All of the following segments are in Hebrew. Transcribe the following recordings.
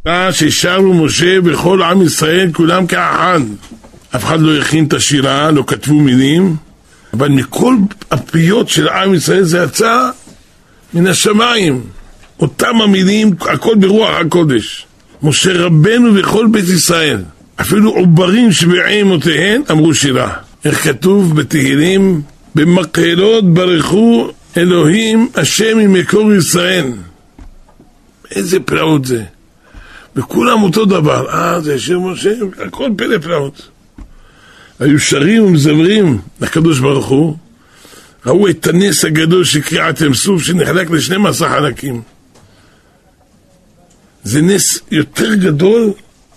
ששרו משה וכל עם ישראל כולם כאחד. אף אחד לא הכין את השירה, לא כתבו מילים, אבל מכל הפיות של עם ישראל זה יצא מן השמיים. אותם המילים, הכל ברוח הקודש. משה רבנו וכל בית ישראל. אפילו עוברים שבעי אמותיהן אמרו שירה. איך כתוב בתהילים? במקהלות ברכו אלוהים השם ממקור ישראל. איזה פלאות זה. וכולם אותו דבר. זה השם משה, הכל פלא פלאות. היו שרים ומזמרים לקדוש ברוך הוא. ראו את הנס הגדול שקריעת ים סוף שנחלק ל12 חלקים. זה נס יותר גדול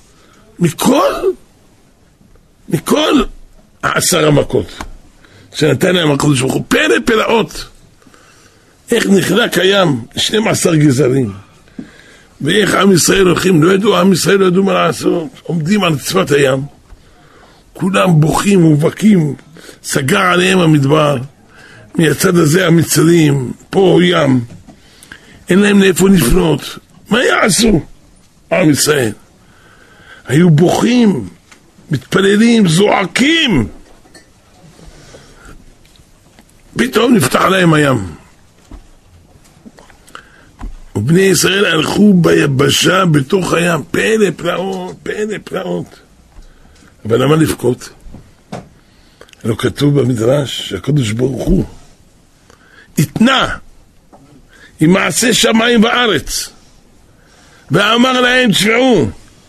מכל 10 המכות שנתן להם הקדוש ברוך הוא. פלא פלאות. איך נחלק הים 12 גזרים, ואיך עם ישראל הולכים, עם ישראל לא ידעו מה לעשות, עומדים על צפת הים, כולם בוכים ובקים, סגר עליהם המדבר, מהצד הזה המצרים, פה ים, אין להם לאיפה לפנות. מה יעשו? עם ישראל היו בוכים, מתפללים, זועקים. פתאום נפתח להם הים, ובני ישראל הלכו ביבשה בתוך הים. פלא פלאות, פלא פלאות. אבל למה לבכות? לא כתוב במדרש שהקדוש ברוך הוא התנה עם מעשה שמיים וארץ ואמר להם תשמעו.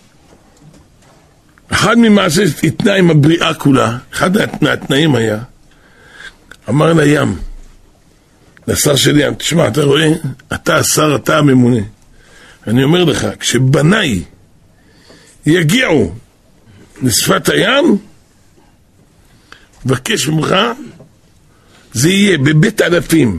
אחד ממעשה התנה עם הבריאה כולה, אחד מהתנאים היה, אמר לים, לשר של ים, תשמע, אתה רואה? אתה השר, אתה הממונה. אני אומר לך, כשבניי יגיעו לשפת הים, בקש ממך, זה יהיה בבית אלפים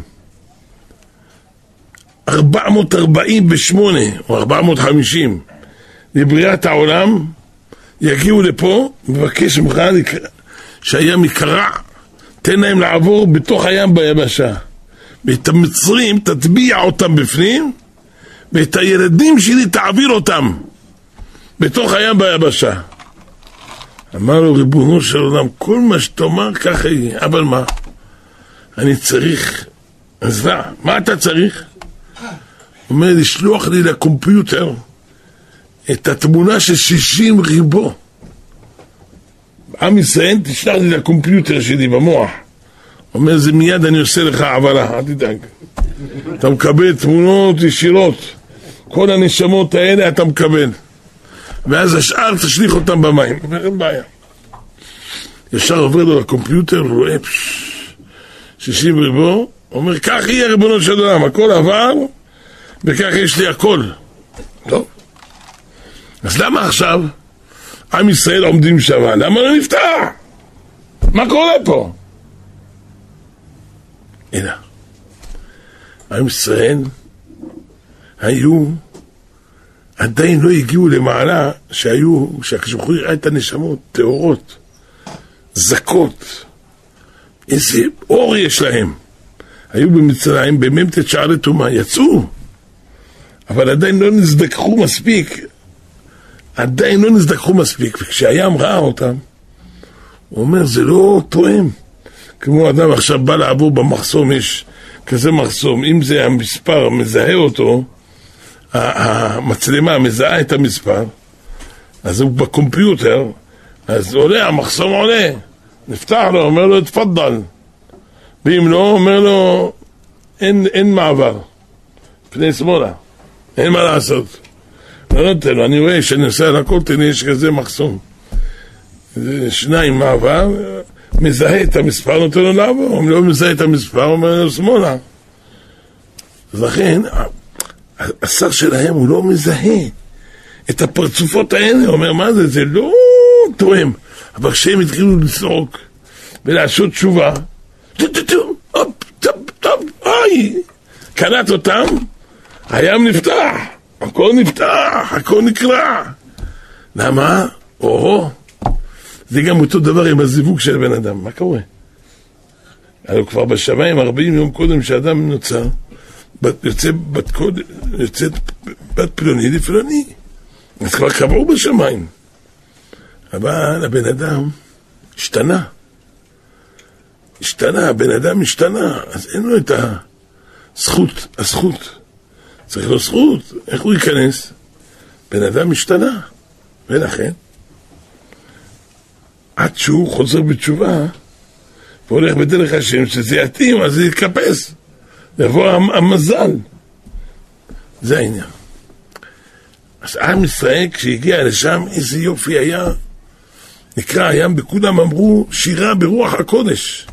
448 או 450 לבריאת העולם, יגיעו לפה, מבקש ממך שהים יקרע, תן להם לעבור בתוך הים ביבשה. ואת המצרים תטביע אותם בפנים, ואת הילדים שלי תעביר אותם בתוך הים ביבשה. אמר לו, ריבונו של עולם, כל מה שתאמר ככה יהיה, אבל מה? אני צריך עזרה. מה אתה צריך? הוא אומר, לשלוח לי לקומפיוטר את התמונה של 60 ריבו. עם ישראל, תשלח לי לקומפיוטר שלי במוח. אומר, זה מיד אני עושה לך העברה, אל תדאג. אתה מקבל תמונות ישירות, כל הנשמות האלה אתה מקבל, ואז השאר תשליך אותם במים. אומר, אין בעיה. ישר עובר לו לקומפיוטר, רואה 60 ריבו, אומר, כך יהיה ריבונו של עולם, הכל עבר, וכך יש לי הכל. טוב. אז למה עכשיו עם ישראל עומדים שמה? למה לא נפתח? מה קורה פה? הנה, עם ישראל היו, עדיין לא הגיעו למעלה שהקדוש יראה את הנשמות טהורות, זכות, איזה אור יש להם. היו במצרים, בממתת שערי טומאה, יצאו, אבל עדיין לא נזדכחו מספיק, וכשהים ראה אותם, הוא אומר, זה לא תואם. כמו אדם עכשיו בא לעבור במחסום, יש כזה מחסום, אם זה המספר מזהה אותו, המצלמה מזהה את המספר, אז הוא בקומפיוטר, אז עולה, המחסום עולה, נפתח לו, אומר לו, תפדל. ואם לא, אומר לו, אין מעבר, פני שמאלה, אין מה לעשות. לא נותן לו, אני רואה שאני עושה על הכל, תני, יש כזה מחסום. 2 מעבר, מזהה את המספר, נותן לו לעבור, אם לא מזהה את המספר, אומר לו שמאלה. אז לכן, השר שלהם הוא לא מזהה את הפרצופות האלה, הוא אומר, מה זה? זה לא תואם. אבל כשהם התחילו לצעוק ולעשות תשובה, קלט אותם, הים נפתח, הכל נפתח, הכל נקרע. למה? זה גם אותו דבר עם הזיווג של בן אדם. מה קורה? הלוא כבר בשמיים 40 יום קודם שאדם נוצר, יוצאת בת פלוני לפלוני. אז כבר קבעו בשמיים. אבל הבן אדם השתנה. הבן אדם השתנה, אז אין לו את הזכות. צריך לו זכות, איך הוא ייכנס? בן אדם השתנה, ולכן, עד שהוא חוזר בתשובה, והולך בדרך השם, שזה יתאים, אז זה יתקפס. יבוא המזל. זה העניין. אז עם ישראל, כשהגיע לשם, איזה יופי היה, נקרא הים, בכולם אמרו שירה ברוח הקודש.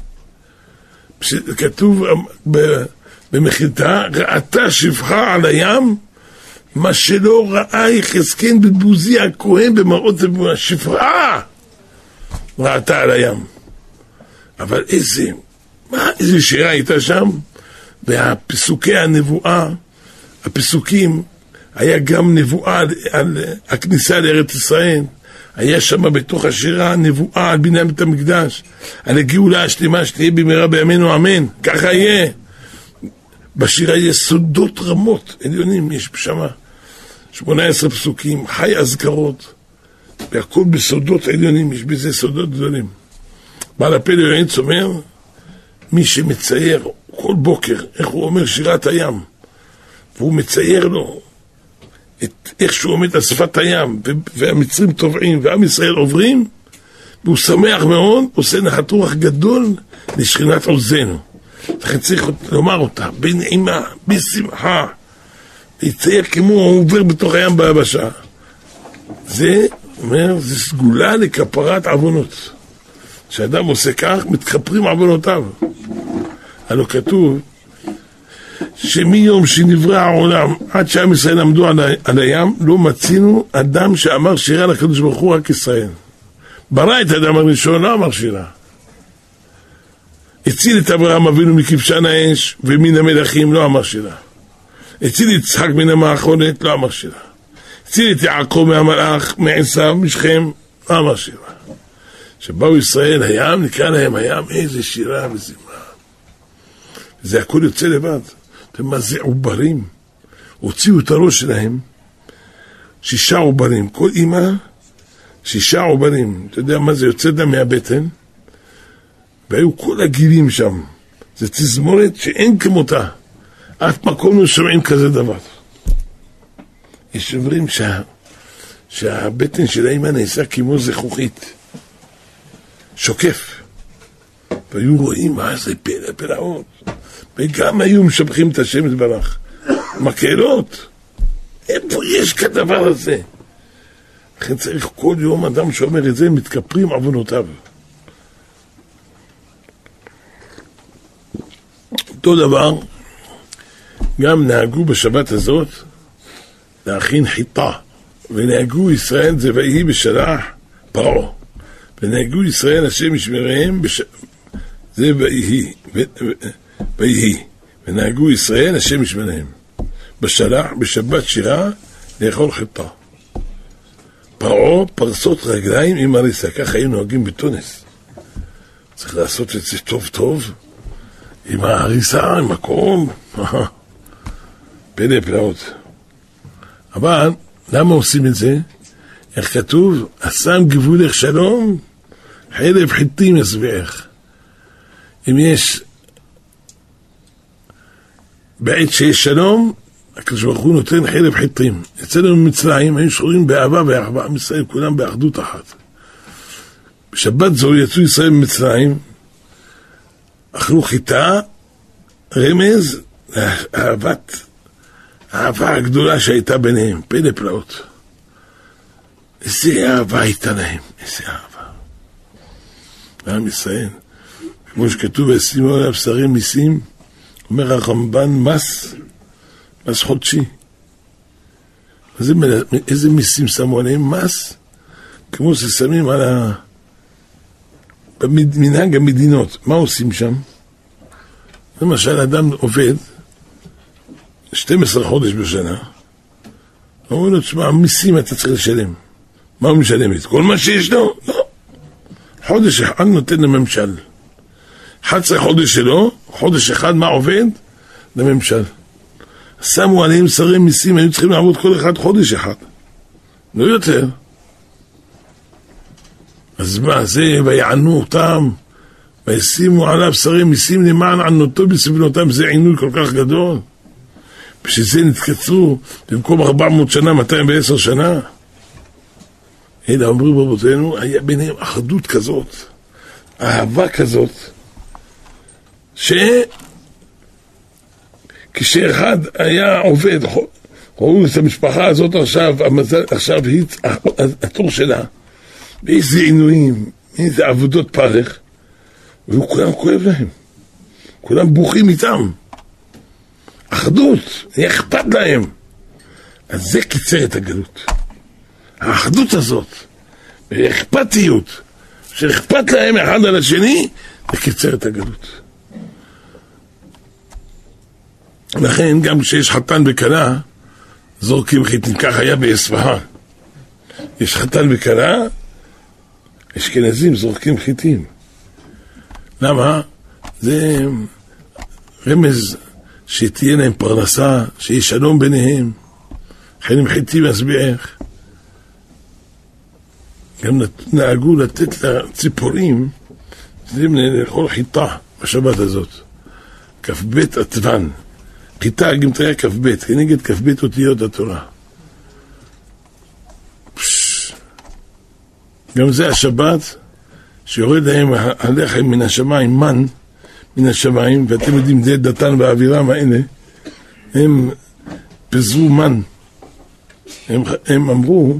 כתוב במחילתא, ראתה שפחה על הים, מה שלא ראה יחזקאל בן בוזי הכהן במראות השפחה ראתה על הים. אבל איזה שירה הייתה שם, והפסוקי הנבואה, הפסוקים, היה גם נבואה על הכניסה לארץ ישראל, היה שם בתוך השירה נבואה על בניין בית המקדש, על הגאולה השלמה שתהיה במהרה בימינו אמן, ככה יהיה. בשירה יש סודות רמות עליונים, יש שם 18 פסוקים, חי אזכרות, והכל בסודות עליונים, יש בזה סודות גדולים. בעל הפלא יועץ אומר, מי שמצייר כל בוקר, איך הוא אומר שירת הים, והוא מצייר לו איך שהוא עומד על שפת הים, והמצרים טובעים, ועם ישראל עוברים, והוא שמח מאוד, עושה נחת רוח גדול לשכינת עוזנו. לכן צריך לומר אותה, בנעימה, בשמחה, להצייר כמו הוא עובר בתוך הים ביבשה. זה אומר, זה סגולה לכפרת עוונות. כשאדם עושה כך, מתכפרים עוונותיו. הלא כתוב, שמיום שנברא העולם עד שעם ישראל עמדו על הים, לא מצינו אדם שאמר שירה לקדוש ברוך הוא, רק ישראל. ברא את האדם הראשון, לא אמר שירה. הציל את אברהם אבינו מכבשן האש ומן המלכים, לא אמר שירה. הציל את יצחק מן המאכולת, לא אמר שירה. הציל את יעקב מהמלאך, מעשיו, משכם, לא אמר שירה. שבאו ישראל הים, נקרא להם הים, איזה שירה וזמרה. זה הכל יוצא לבד. מה זה עוברים? הוציאו את הראש שלהם 6 עוברים, כל אמא 6 עוברים. אתה יודע מה זה? יוצא דם מהבטן, והיו כל הגילים שם. זה תזמורת שאין כמותה, אף מקום לא שומעים כזה דבר. יש אומרים שהבטן של האמא נעשה כמו זכוכית, שוקף, והיו רואים מה זה פלאות, וגם היו משבחים את השם יתברך. מקהלות, איפה יש כדבר הזה? לכן צריך כל יום אדם שאומר את זה, מתכפרים עוונותיו. אותו דבר, גם נהגו בשבת הזאת להכין חיטה, ונהגו ישראל זה ויהי בשלח פרעה, ונהגו ישראל השם ישמרם זה ויהי, ונהגו ישראל השם ישמרם בשלח בשבת שירה לאכול חיטה. פרעה פרסות רגליים עם הריסה, ככה היו נוהגים בתונס. צריך לעשות את זה טוב טוב עם ההריסה, עם הכל. פלא פלאות. אבל למה עושים את זה? איך כתוב? אשם גבולך שלום, חלב חיטים ישביעך. אם יש בעת שיש שלום, הקדוש ברוך הוא נותן חלב חיטים. אצלנו במצרים היו שחורים באהבה ואחווה, עם ישראל כולם באחדות אחת. בשבת זו יצאו ישראל במצרים, אכלו חיטה, רמז האהבה הגדולה שהייתה ביניהם, פלא פלאות. איזה אהבה הייתה להם, איזה אהבה. עם ישראל, כמו שכתוב, וישימו עליו שרים מיסים, אומר הרמב"ן, מס חודשי. איזה מיסים שמו עליהם? מס, כמו ששמים על במנהג המדינות. מה עושים שם? למשל, אדם עובד 12 חודש בשנה, אומר לו, תשמע, מיסים אתה צריך לשלם. מה הוא משלם? את כל מה שיש לו? לא. חודש אחד נותן לממשל. 11 חודש שלו, חודש אחד מה עובד? לממשל. שמו עליהם שרי מיסים, היו צריכים לעבוד כל אחד חודש אחד. לא יותר. אז מה זה, ויענו אותם, וישימו עליו שרים מיסים למען ענותו בסבלותם, זה עינוי כל כך גדול. בשביל זה נתקצרו במקום 400 שנה, 210 שנה. אלא אומרים רבותינו, היה ביניהם אחדות כזאת, אהבה כזאת, כשאחד היה עובד, ראו את המשפחה הזאת עכשיו היא התור שלה, ואיזה עינויים, איזה עבודות פרך, וכולם כואב להם, כולם בוכים איתם, אחדות, היה אכפת להם. אז זה קיצר את הגלות, האחדות הזאת, והאכפתיות, שאכפת להם אחד על השני, זה קיצר את הגלות. לכן גם כשיש חתן וכלה, זורקים חיטים, כך היה באספהאן. יש חתן וכלה, אשכנזים זורקים חיטים. למה? זה רמז שתהיה להם פרנסה, שיהיה שלום ביניהם. לכן הם חיטים מסביעך. גם נהגו לתת לציפורים, לאכול חיטה בשבת הזאת. כ"ב עטבן. חיטה גמטריה כ"ב, כנגד כ"ב אותיות התורה. גם זה השבת שיורד להם הלחם מן השמיים, מן מן השמיים, ואתם יודעים, זה דתן ואבירם האלה, הם פזרו מן. הם אמרו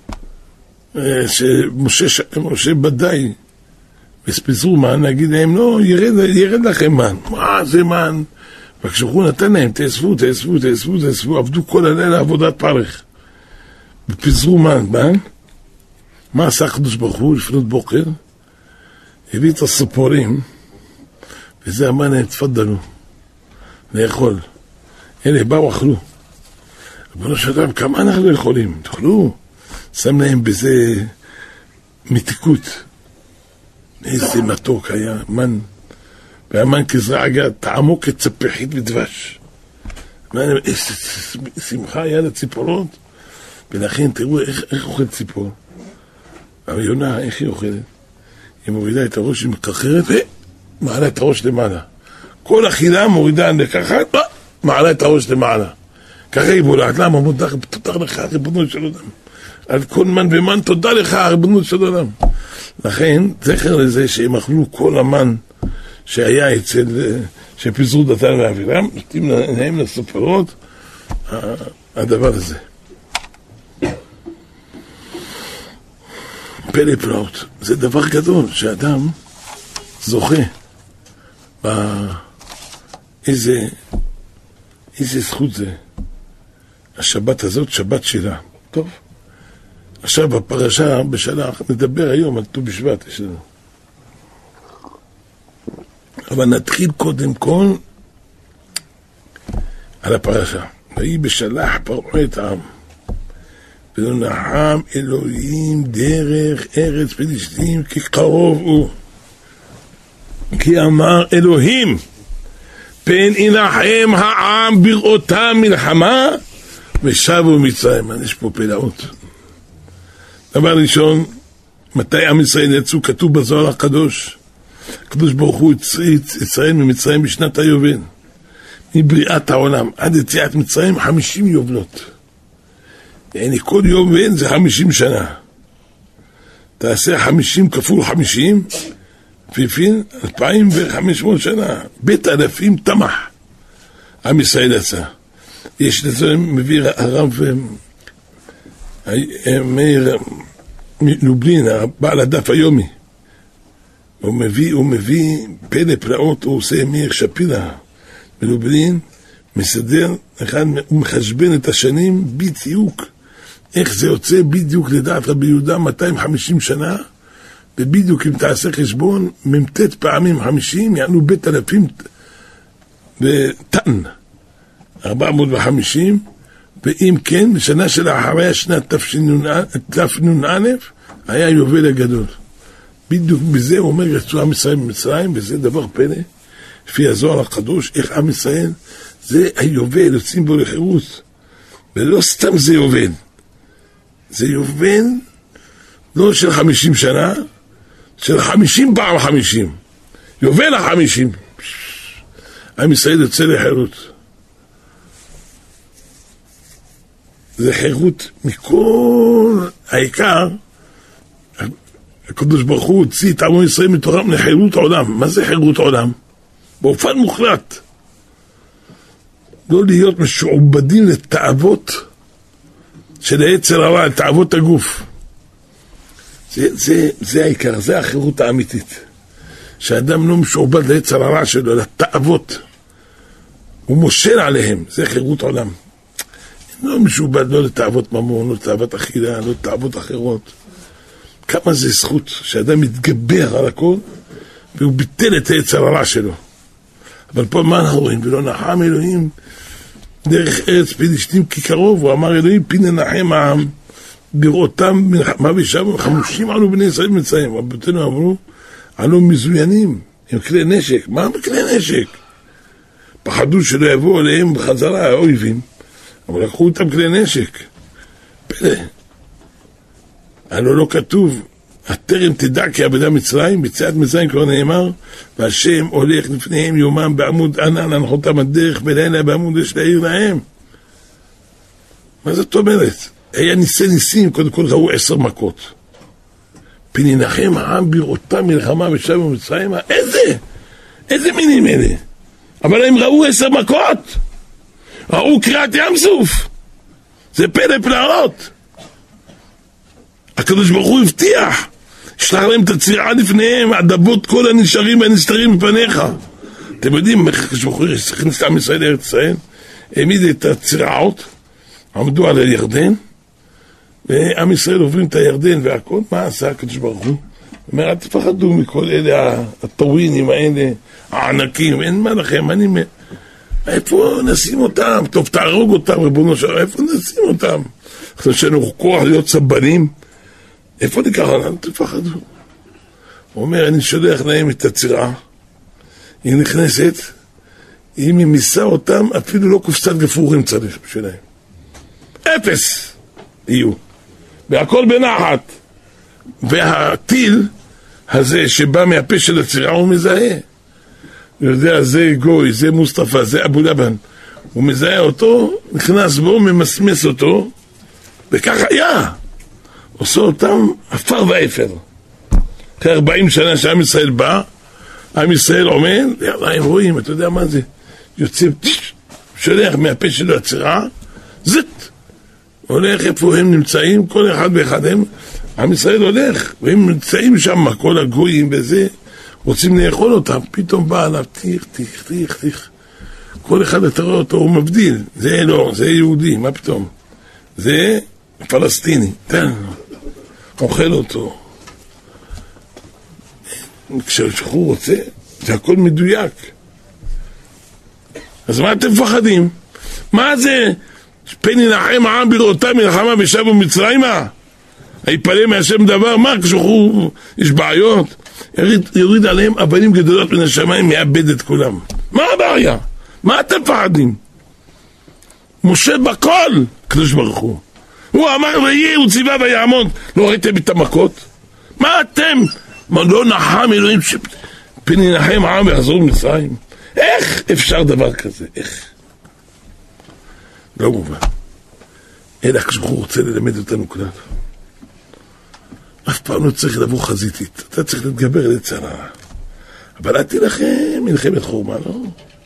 שמשה בדי ופזרו מן, להגיד להם, לא, ירד לכם מן. מה זה מן? וכשהוא נתן להם, תאספו, עבדו כל הלילה עבודת פרך. ופזרו מן, מה עשה הקדוש ברוך הוא לפנות בוקר? הביא את הספורים, וזה אמר להם, תפדלו, לאכול. אלה באו, אכלו. ריבונו של עולם, כמה אנחנו יכולים? תאכלו. שם להם בזה מתיקות. איזה מתוק היה, מן. והמן כזרע אגד, טעמו כצפחית ודבש. איזה שמחה היה לציפורות. ולכן תראו איך אוכל ציפור. היונה, איך היא אוכלת? היא מורידה את הראש, היא מקרחרת, ומעלה את הראש למעלה. כל אכילה מורידה לקחת, מעלה את הראש למעלה. ככה היא בולעת, למה? תודה לך, ריבונו של עולם. על כל מן ומן, תודה לך, ריבונו של עולם. לכן, זכר לזה שהם אכלו כל המן שהיה אצל, שפיזרו דתן ואבירם, נותנים להם לספרות, הדבר הזה. פלא פלאות, זה דבר גדול, שאדם זוכה איזה זכות זה. השבת הזאת, שבת שירה. טוב. עכשיו בפרשה, בשלח, נדבר היום על ט"ו בשבט, יש לנו. אבל נתחיל קודם כל על הפרשה. ויהי בשלח פרעה את העם. ולא נחם אלוהים דרך ארץ פלישתים כי קרוב הוא. כי אמר אלוהים, פן ינחם העם בראותם מלחמה ושבו מצרים. יש פה פלאות. דבר ראשון, מתי עם ישראל יצאו? כתוב בזוהר הקדוש. הקדוש ברוך הוא הוציא ישראל ממצרים בשנת היובל. מבריאת העולם עד יציאת מצרים 50 יובלות. יעני כל יובל זה 50 שנה. תעשה 50 כפול 50, פיפין 2,500 שנה. בית אלפים תמח. עם ישראל יצא. יש לזה מביא הרב מאיר לובלין, בעל הדף היומי. הוא מביא פלא פלאות, הוא עושה מאיר שפירא מלובלין, מסדר, הוא מחשבן את השנים בדיוק, איך זה יוצא בדיוק לדעת רבי יהודה 250 שנה, ובדיוק אם תעשה חשבון, ממתת פעמים 50, יענו בית אלפים ותן, 450, ואם כן, בשנה שלאחריה שנת תשנ"א, היה יובל הגדול. בדיוק בזה הוא אומר, יצאו עם ישראל ממצרים, וזה דבר פלא, לפי הזוהר הקדוש, איך עם ישראל, זה היובל, יוצאים בו לחירות. ולא סתם זה יובל. זה יובל לא של 50 שנה, של 50 פעם 50. יובל ה-50. עם ישראל יוצא לחירות. זה חירות מכל העיקר. הקדוש ברוך הוא הוציא את עמו ישראל מתוכם לחירות עולם. מה זה חירות עולם? באופן מוחלט. לא להיות משועבדים לתאוות של היצר הרע, לתאוות הגוף. זה העיקר, זה החירות האמיתית. שהאדם לא משועבד ליצר הרע שלו, לתאוות. הוא מושל עליהם, זה חירות עולם. לא משועבד לא לתאוות ממון, לא לתאוות אכילה, לא לתאוות אחרות. כמה זה זכות שהאדם מתגבר על הכל, והוא ביטל את היצר הרע שלו. אבל פה מה אנחנו רואים? ולא נחם אלוהים דרך ארץ פלישתים כי קרוב, הוא אמר אלוהים פי ננחם העם בראותם מלחמה ושם 50 עלו בני ישראל מצרים. רבותינו אמרו עלו מזוינים עם כלי נשק. מה בכלי נשק? פחדו שלא יבואו עליהם בחזרה האויבים, אבל לקחו אותם כלי נשק. פלא. הלא לא כתוב הטרם תדע כי עבדה מצרים, ביציאת מצרים כבר נאמר והשם הולך לפניהם יומם בעמוד ענן להנחותם הדרך בלילה בעמוד אש להעיר להם. מה זאת אומרת? היה ניסי ניסים, קודם כל ראו 10 מכות. פי ננחם העם בראותם מלחמה ושם ומצרים. איזה מינים אלה? אבל הם ראו 10 מכות, ראו קריעת ים סוף. זה פלא פלאות. הקדוש ברוך הוא הבטיח, שלח להם את הצירה לפניהם, הדבות כל הנשארים והנסתרים מפניך. אתם יודעים איך הקדוש ברוך הוא הכניס את עם ישראל לארץ ישראל? העמיד את הצירעות, עמדו על הירדן, ועם ישראל עוברים את הירדן והכל. מה עשה הקדוש ברוך הוא? אומר, אל תפחדו מכל אלה הטווינים האלה, הענקים, אין מה לכם, איפה נשים אותם? טוב, תהרוג אותם, ריבונו שלום, איפה נשים אותם? עכשיו שאנחנו כוח להיות סבנים, איפה ניקח עליהם? תפחדו. הוא אומר, אני שולח להם את הצירה, היא נכנסת, אם היא מיסה אותם, אפילו לא קופסת גפרורים צריך בשבילהם. 0 יהיו. והכל בנחת. והטיל הזה שבא מהפה של הצירה הוא מזהה. הוא יודע, זה גוי, זה מוסטפא, זה אבו לבן. הוא מזהה אותו, נכנס בו, ממסמס אותו, וכך היה. עושה אותם אפר ואפר. אחרי 40 שנה שעם ישראל בא, עם ישראל עומד, הם רואים, אתה יודע מה זה? יוצא, שולח מהפה שלו הצירה, זט. הולך איפה הם נמצאים, כל אחד ואחד הם, עם ישראל הולך, והם נמצאים שם, כל הגויים וזה, רוצים לאכול אותם, פתאום בא עליו, תיך. כל אחד אתה רואה אותו, הוא מבדיל, זה לא, זה יהודי, מה פתאום? זה פלסטיני, תן לו, אוכל אותו. כשהוא רוצה, זה הכל מדויק. אז מה אתם מפחדים? מה זה? פן ינחם העם בראותם מלחמה ושבו מצרימה? היפלא מהשם דבר? מה? כשהוא יש בעיות? יוריד עליהם אבנים גדולות מן השמיים, מאבד את כולם. מה הבעיה? מה אתם מפחדים? משה בכל, קדוש ברוך הוא. הוא אמר ויהיה, הוא ציווה ויעמוד. לא ראיתם את המכות? מה אתם? מה לא נחם אלוהים פן ינחם העם ויחזור מצרים? איך אפשר דבר כזה? איך? לא מובן. אלא כשהוא רוצה ללמד אותנו כלל. אף פעם לא צריך לבוא חזיתית. אתה צריך להתגבר על יצר הרע. אבל אל תילחם מלחמת חורמה, לא?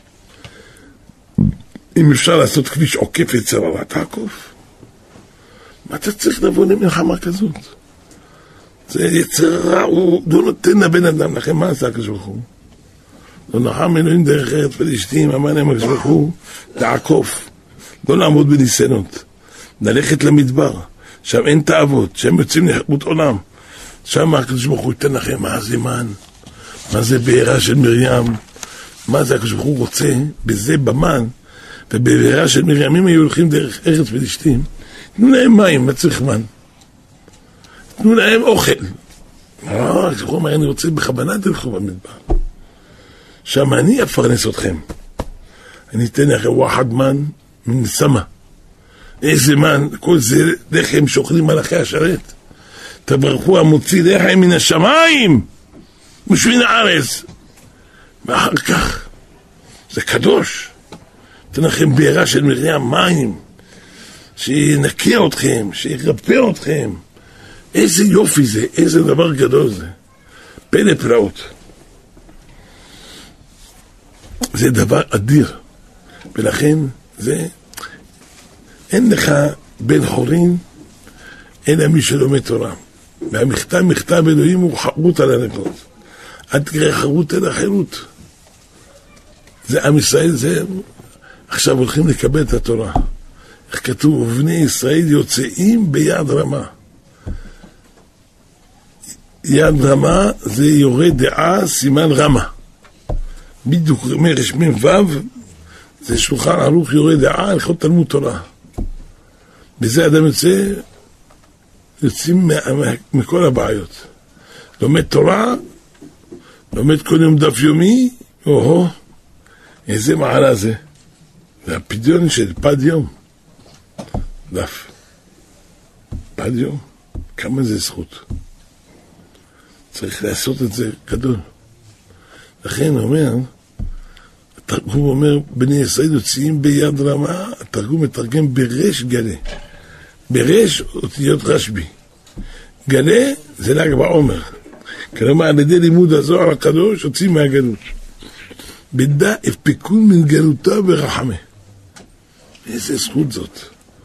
אם אפשר לעשות כביש עוקף יצר הרע, תעקוף. מה אתה צריך לבוא למלחמה כזאת? זה יצר רע, הוא לא נותן לבן אדם לכם. מה עשה הקדוש ברוך הוא? לא נחם אלוהים דרך ארץ פלישתים, אמר להם הקדוש ברוך הוא, תעקוף. לא לעמוד בניסיונות. ללכת למדבר. שם אין תאוות, שהם יוצאים לחירות עולם. שם הקדוש ברוך הוא ייתן לכם מה זה מן, מה זה בעירה של מרים, מה זה הקדוש ברוך הוא רוצה בזה במן, ובבעירה של מרים, אם היו הולכים דרך ארץ פלישתים, תנו להם מים, מה צריך מן? תנו להם אוכל. הקדוש ברוך הוא אומר, אני רוצה בכוונה תלכו במדבר. שם אני אפרנס אתכם. אני אתן לכם וואחד מן מן סמה. איזה מן, כל זה לחם שאוכלים מלאכי השרת. תברכו המוציא לחם מן השמיים משבין הארץ. ואחר כך זה קדוש. תן לכם בירה של מרים מים שינקה אתכם, שירפא אתכם. איזה יופי זה, איזה דבר גדול זה. פלא פלאות. זה דבר אדיר. ולכן זה, אין לך בן חורין אלא מי שלומד תורה. והמכתב, מכתב אלוהים הוא חרות על הנקות. אל תקרא חרות אלא חירות. זה עם ישראל, זה עכשיו הולכים לקבל את התורה. איך כתוב, ובני ישראל יוצאים ביד רמה. יד רמה זה יורה דעה סימן רמה. בדיוק מרשמים וו, זה שולחן ערוך יורה דעה, הלכות תלמוד תורה. בזה אדם יוצאים מכל הבעיות. לומד תורה, לומד כל יום דף יומי, איזה מעלה זה. זה הפדיון של פד יום. דף. פד יום. כמה זה זכות. צריך לעשות את זה גדול. לכן אומר, התרגום אומר, בני ישראל יוצאים ביד רמה, התרגום מתרגם ברש גלה. ברש אותיות רשבי. גלה זה ל"ג בעומר. כלומר, על ידי לימוד הזוהר הקדוש, יוצאים מהגלות. בדע הפקון מן גלותה ורחמה. איזה זכות זאת.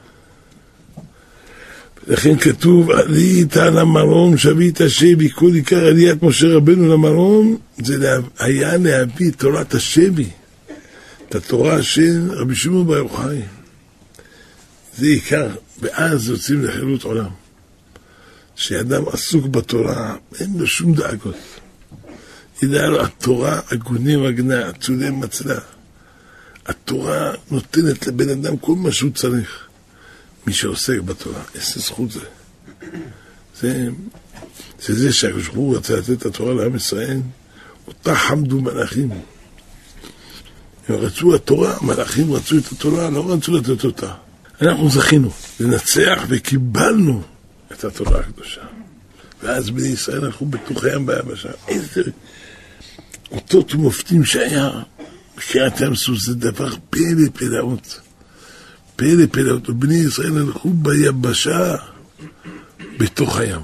לכן כתוב, עלית למרום, שבית השבי, כל עיקר עליית משה רבנו למרום, זה היה להביא את תורת השבי, את התורה של רבי שמעון בר יוחאי. זה עיקר, ואז יוצאים לחירות עולם. שאדם עסוק בתורה, אין לו שום דאגות. ידע לו, התורה הגונים הגנה, צולי מצלה. התורה נותנת לבן אדם כל מה שהוא צריך. מי שעוסק בתורה, איזה זכות זה. זה שהקדוש ברוך הוא רצה לתת את התורה לעם ישראל, אותה חמדו מלאכים. הם רצו התורה, מלאכים רצו את התורה, לא רצו לתת אותה. אנחנו זכינו לנצח וקיבלנו את התורה הקדושה. ואז בני ישראל הלכו בתוך הים ביבשה. איזה אותות ומופתים שהיה בקריעת ים סוף, זה דבר פלא פלאות. פלא פלאות. ובני ישראל הלכו ביבשה בתוך הים.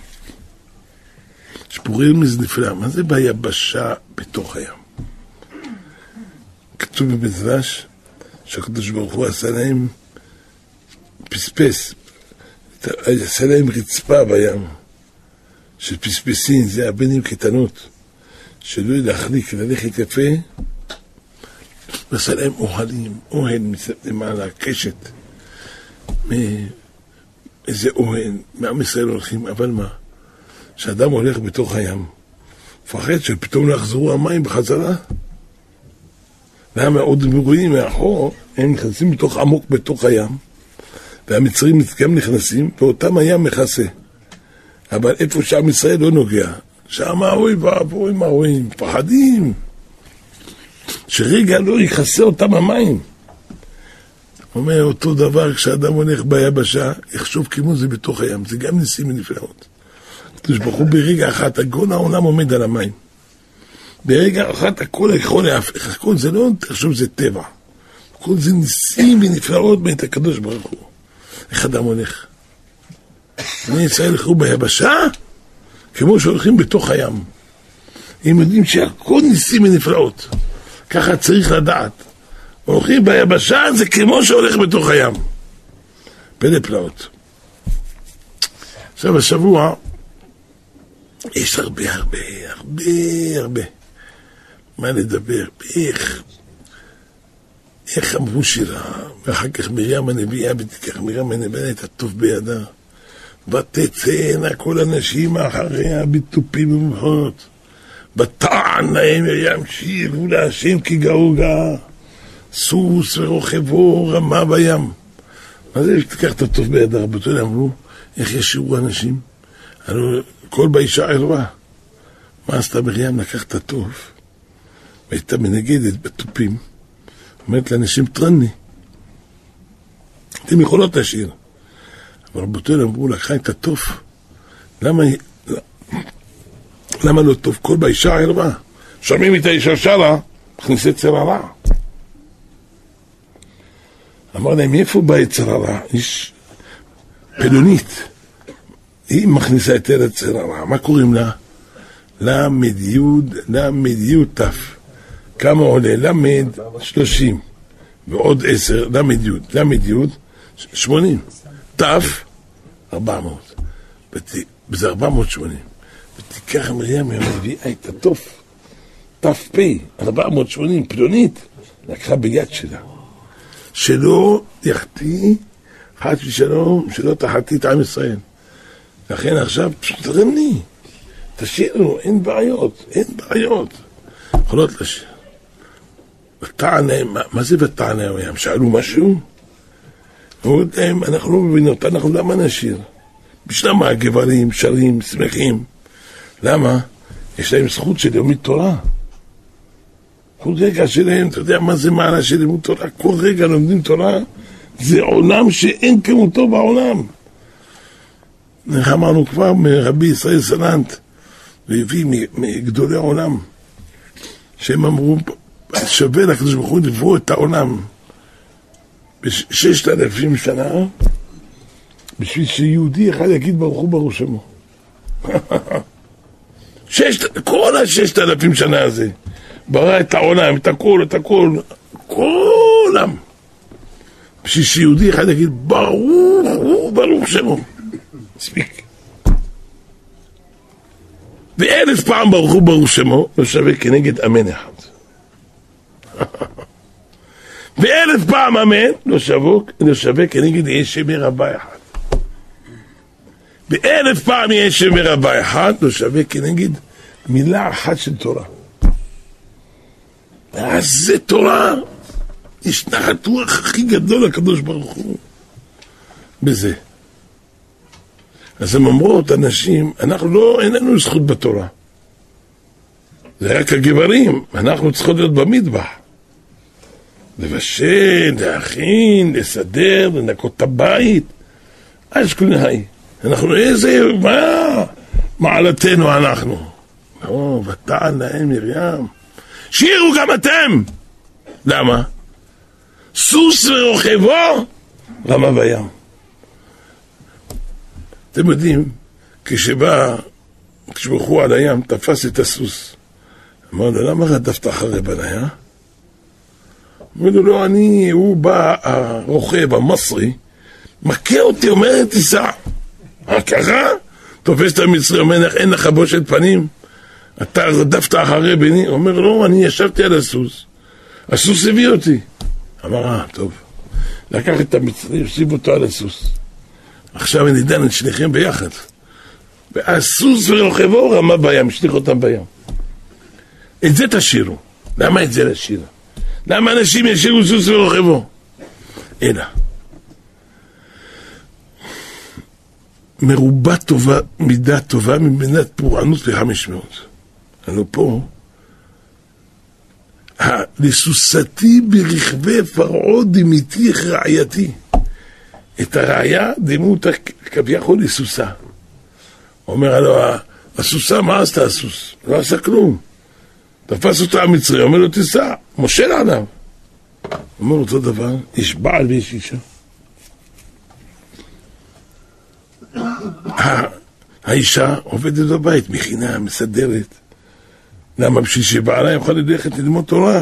שפורים מזה נפלא. מה זה ביבשה בתוך הים? כתוב במדרש שהקדוש ברוך הוא עשה להם פספס, עשה להם רצפה בים של פספסין, זה הבנים קטנות שלא להחליק, ללכת יפה, ועשה להם אוהלים, אוהל למעלה, קשת, איזה אוהל, מעם ישראל הולכים, אבל מה? שאדם הולך בתוך הים, פחד שפתאום לא יחזרו המים בחזרה. למה עוד מרואים מאחור, הם נכנסים בתוך עמוק בתוך הים, והמצרים גם נכנסים, ואותם הים מכסה. אבל איפה שעם ישראל לא נוגע, שם אוי ואבוי מה רואים, פחדים, שרגע לא יכסה אותם המים. אומר אותו דבר, כשאדם הולך ביבשה, יחשוב כמו זה בתוך הים, זה גם ניסים ונפלאות. תשבחו ברגע אחת, הגון העולם עומד על המים. ברגע אחת הכל יכול להפך, הכל זה לא, תחשוב זה טבע. הכל זה ניסים ונפלאות בית הקדוש ברוך הוא. איך אדם הולך? בני ישראל הלכו ביבשה, כמו שהולכים בתוך הים. הם יודעים שהכל ניסים ונפלאות. ככה צריך לדעת. הולכים ביבשה זה כמו שהולך בתוך הים. פלא פלאות. עכשיו השבוע, יש הרבה מה לדבר, איך אמרו שירה, ואחר כך מרים הנביאה, ותיקח מרים הנביאה את הטוב בידה, ותצאנה כל הנשים אחריה בתופים ומחונות, ותען להם מרים שירו להשם כי גאוגה, סוס ורוכבו רמה בים. מה זה שתיקח את הטוב בידה? רבותינו אמרו, איך ישירו אנשים? הלוא כל באישה ערווה. מה עשתה מרים? לקח את הטוב, והייתה מנגדת בתופים, אומרת לאנשים אתם יכולות לשיר. אבל רבותינו אמרו, לקחה את התוף. למה לא טוב? כל באישה ערווה. שומעים את האישה שרה, מכניסה יצר הרע. אמר להם, איפה בא יצר הרע? איש פלונית. היא מכניסה את יצר הרע. מה קוראים לה? למד יוד תף. כמה עולה? למד 30 ועוד 10, למד יוד 80, תף 400, וזה 480. ותיקח מרים הביאה את התוף, תף פי 480 פלונית, לקחה ביד שלה, שלא יחטיא חס ושלום, שלא תחטיא את עם ישראל. לכן עכשיו פשוט רמני, תשאירו, אין בעיות, יכולות לשיר. מה זה ותענה? הם שאלו משהו? אמרו להם, אנחנו לא מבינות, אנחנו למה נשיר? בשביל מה הגברים שרים, שמחים? למה? יש להם זכות של לימוד תורה. כל רגע שלהם, אתה יודע מה זה מעלה של לימוד תורה? כל רגע לומדים תורה, זה עולם שאין כמותו בעולם. אמרנו כבר מרבי ישראל סלנט, והביא מגדולי העולם, שהם אמרו, שווה לקדוש ברוך הוא לברוא את העולם ב6,000 שנה, בשביל שיהודי אחד יגיד ברוך הוא ברוך שמו. כל 6,000 שנה הזה, ברא את העולם, את הכל, כל עולם. בשביל שיהודי אחד יגיד ברוך שמו. מספיק. ו1,000 פעם ברוך שמו, לא שווה כנגד אמן אחד. ו1,000 פעם אמן, לא שווה כנגד יש שם רבה אחד. ו1,000 פעם יש שם רבה אחד, לא שווה כנגד מילה אחת של תורה. אז זה תורה, יש נחת רוח הכי גדול לקדוש ברוך הוא בזה. אז הם אומרות, אנשים, אנחנו לא, אין לנו זכות בתורה. זה רק הגברים, אנחנו צריכות להיות במטבח. לבשל, להכין, לסדר, לנקות את הבית. אז כלנהי. אנחנו איזה, מה? מעלתנו אנחנו. לא, ותעל להם מרים. שירו גם אתם. למה? סוס ורוכבו רמה בים. אתם יודעים, כשברחו על הים, תפס את הסוס. אמר לו, למה רדפת אחרי בניה? אמר לו, לא, הוא בא, הרוכב, המסרי, מכה אותי, אומר, תיסע. ככה? תופס את המצרי, אומר, אין לך בושת פנים? אתה רדפת אחרי בני? אומר, לא, אני ישבתי על הסוס. הסוס הביא אותי. אמר, טוב. לקח את המצרי, הוסיף אותו על הסוס. עכשיו אני דן את שניכם ביחד. והסוס ורוכבו רמה בים, שליח אותם בים. את זה תשירו. למה את זה לשיר? למה אנשים ישירו סוס ורוכבו? אלא מרובה טובה, מידה טובה, ממידת פורענות ו500. אנו פה, לסוסתי ברכבי פרעה דמיתיך רעייתי. את הרעיה דימו אותה כביכול לסוסה. אומר לו, הסוסה, מה עשתה הסוס? לא עשה כלום. תפס אותה המצרי, אומר לו, תיסע, מושל עליו. אומר אותו דבר, יש בעל ויש אישה. האישה עובדת בבית, מכינה, מסדרת. למה? בשביל שבעלה יוכל ללכת ללמוד תורה.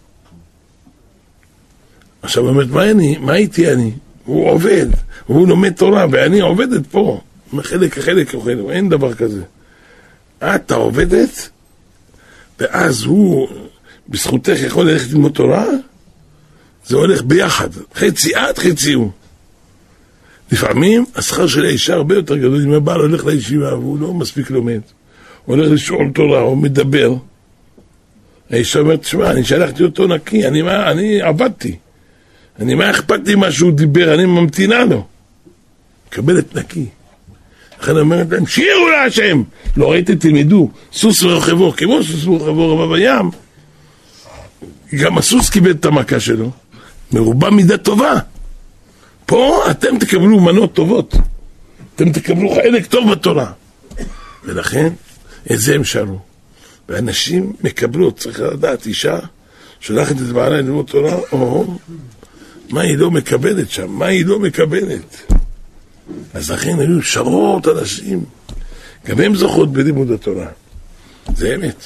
עכשיו אומרת, מה הייתי אני? הוא עובד, הוא לומד תורה, ואני עובדת פה. חלק, אין דבר כזה. אתה עובדת, ואז הוא, בזכותך יכול ללכת ללמוד תורה, זה הולך ביחד. חצי את, חצי הוא. לפעמים השכר של האישה הרבה יותר גדול, אם הבעל הולך לישיבה, והוא לא מספיק לומד. הוא הולך לשאול תורה, הוא מדבר. האישה אומרת, תשמע, אני שלחתי אותו נקי, אני עבדתי. מה אכפת לי מה שהוא דיבר, אני ממתינה לו. קבלת נקי. לכן אומרת להם, שירו להשם. לא ראיתי, תלמדו, סוס ורוכבו, כמו סוס ורוכבו רבה בים. גם הסוס קיבל את המכה שלו. מרובה מידה טובה. פה אתם תקבלו מנות טובות, אתם תקבלו חלק טוב בתורה. ולכן את זה הם שאלו. ואנשים מקבלות, צריך לדעת, אישה שולחת את בעלה ללמוד תורה, או מה היא לא מקבלת שם, מה היא לא מקבלת. אז לכן היו שרות אנשים, גם הם זוכות בלימוד התורה. זה אמת.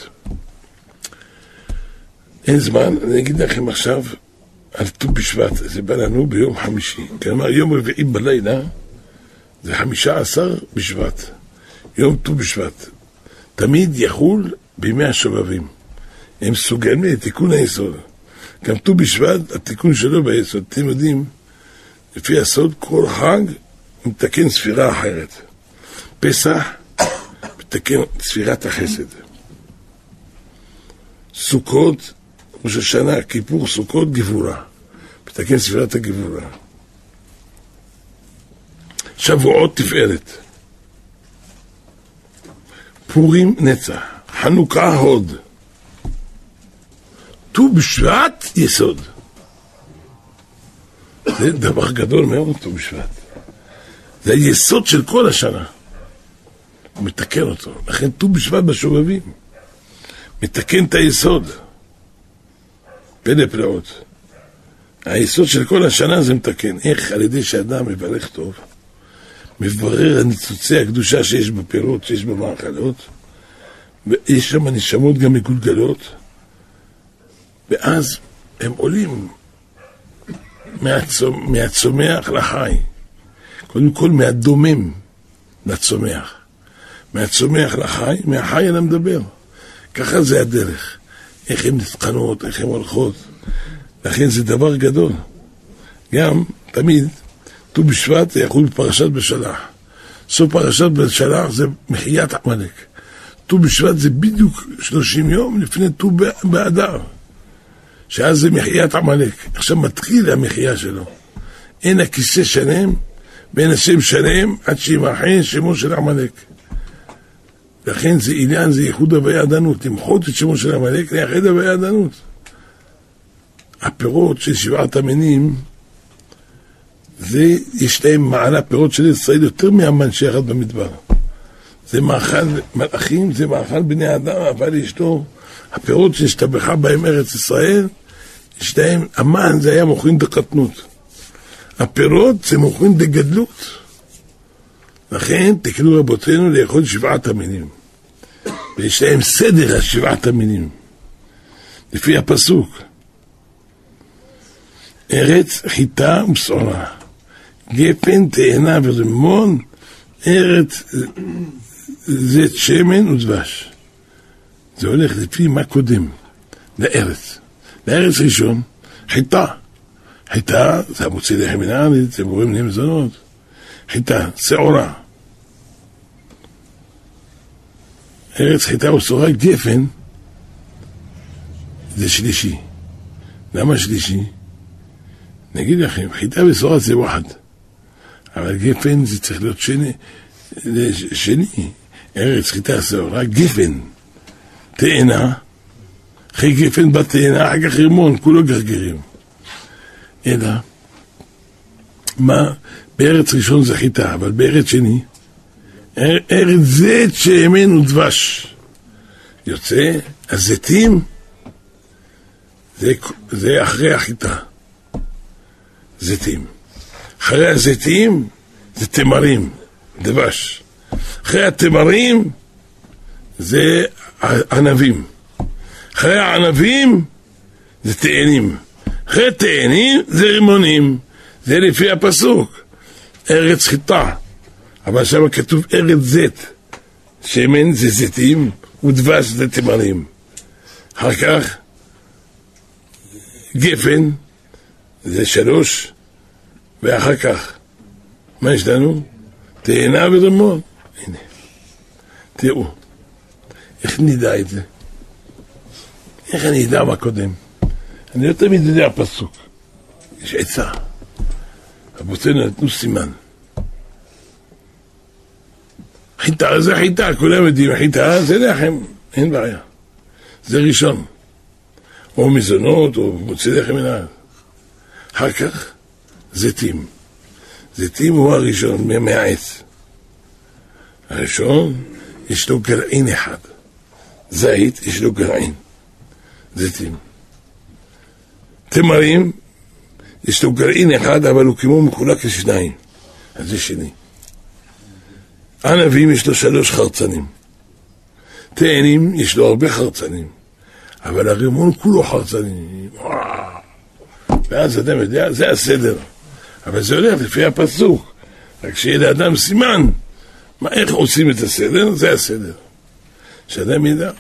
אין זמן, אני אגיד לכם עכשיו על ט"ו בשבט, זה בא לנו ביום חמישי. כלומר, יום רביעי בלילה, זה 15 בשבט. יום ט"ו בשבט. תמיד יחול בימי השובבים. הם סוגלים לתיקון היסוד. גם ט"ו בשבט, התיקון שלו ביסוד. אתם יודעים, לפי הסוד, כל חג מתקן ספירה אחרת. פסח מתקן ספירת החסד. סוכות, ראש השנה, כיפור, סוכות, גבורה. מתקן ספירת הגבורה. שבועות תפארת. פורים נצח. חנוכה הוד. ט"ו בשבט יסוד. זה דבר גדול מאוד, ט"ו בשבט. זה היסוד של כל השנה. הוא מתקן אותו. לכן ט"ו בשבט בשובבים. מתקן את היסוד. פלא פלאות. היסוד של כל השנה זה מתקן. איך? על ידי שאדם מברך טוב, מברר הניצוצי הקדושה שיש בפירות, שיש במאכלות, ויש שם נשמות גם מגולגלות, ואז הם עולים מהצומח לחי. קודם כל מהדומם לצומח. מהצומח לחי, מהחי אל המדבר. ככה זה הדרך. איך הן נתחנות, איך הן הולכות. לכן זה דבר גדול. גם, תמיד, ט"ו בשבט זה יחול בפרשת בשלח. סוף פרשת בשלח זה מחיית עמלק. ט"ו בשבט זה בדיוק 30 יום לפני ט"ו באדר. שאז זה מחיית עמלק. עכשיו מתחיל המחייה שלו. אין הכיסא שלם, ואין השם שלם, עד שימחה שמו של עמלק. לכן זה עניין, זה ייחוד הוויה עדנות. למחות את שמו של עמלק, לייחד הוויה עדנות. הפירות של שבעת המינים, זה, יש להם מעלה, פירות של ישראל יותר מהמן שיחד במדבר. זה מאכל מלאכים, זה מאכל בני אדם, אבל יש לו, הפירות שהשתבחה בהם ארץ ישראל, יש להם, המן זה היה מוכרים דקטנות. הפירות זה מוכרים דגדלות. לכן תקנו רבותינו לאכול שבעת המינים. ויש להם סדר השבעת המינים. לפי הפסוק. ארץ חיטה ובשורה. גפן, תאנה ורימון, ארץ זית שמן ודבש. זה הולך לפי מה קודם. לארץ. לארץ ראשון, חיטה. חיטה זה המוציא לחם מן הארץ, זה גורם למזונות. חיטה, שעורה. ארץ חיטה ושעורה, גפן, זה שלישי. למה שלישי? נגיד לכם, חיטה ושעורה זה ואחד. אבל גפן זה צריך להיות שני. ארץ חיטה שעורה, גפן. תאנה, אחרי גפן בתאנה, אחר כך רימון, כולו גרגרים. אלא, מה? בארץ ראשון זה חיטה, אבל בארץ שני, ארץ זית שמן ודבש. יוצא, הזיתים, זה אחרי החיטה. זיתים. אחרי הזיתים, זה תמרים, דבש. אחרי התמרים, זה ענבים. אחרי הענבים, זה תאנים. אחרי תאנים, זה רימונים. זה לפי הפסוק. ארץ חיטה. אבל שם כתוב ארץ זית. שמן זה זיתים, ודבש זה תמרים. אחר כך, גפן, זה 3, ואחר כך, מה יש לנו? תאנה ורימון. הנה. תראו. איך נדע את זה? איך אני אדע מה קודם? אני לא תמיד יודע פסוק. יש עצה. רבותינו נתנו סימן. חיטה זה חיטה, כולם יודעים, חיטה זה לחם, אין בעיה. זה ראשון. או מזונות, או מוציא לחם מן הארץ. אחר כך, זיתים. זיתים הוא הראשון מהעץ. הראשון יש לו גרעין אחד. זית יש לו גרעין. זיתים. תמרים יש לו גרעין אחד, אבל הוא כמו מחולק לשניים. אז זה שני. ענבים יש לו 3 חרצנים. תאנים יש לו הרבה חרצנים. אבל הרימון כולו חרצנים. ואז אדם יודע, זה הסדר. אבל זה הולך לפי הפסוק. רק שיהיה לאדם סימן. איך עושים את הסדר? זה הסדר. שאדם ידע.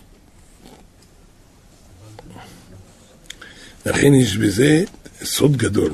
לכן יש בזה סוד גדול.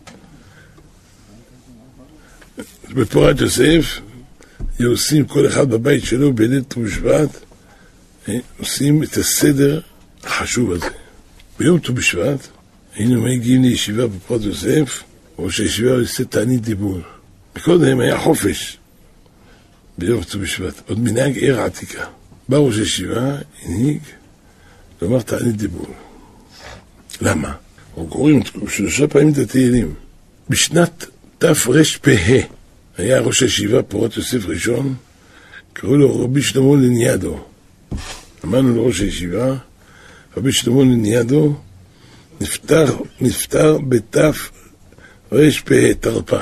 בפורת יוסף, עושים כל אחד בבית שלו בליל ט"ו בשבט, עושים את הסדר החשוב הזה. ביום ט"ו בשבט, היינו מגיעים לישיבה בפורת יוסף, ראש הישיבה עושה תענית דיבור. מקודם היה חופש ביום ט"ו בשבט, עוד מנהג עיר עתיקה. בא ראש הישיבה, הנהיג, לומר תענית דיבור. למה? אנחנו קוראים 3 פעמים את התהילים. בשנת תרפ"ה היה ראש הישיבה פורת יוסף ראשון, קראו לו רבי שלמה לניאדו. אמרנו לראש הישיבה, רבי שלמה לניאדו נפטר בתרפ"ה, תרפ"א.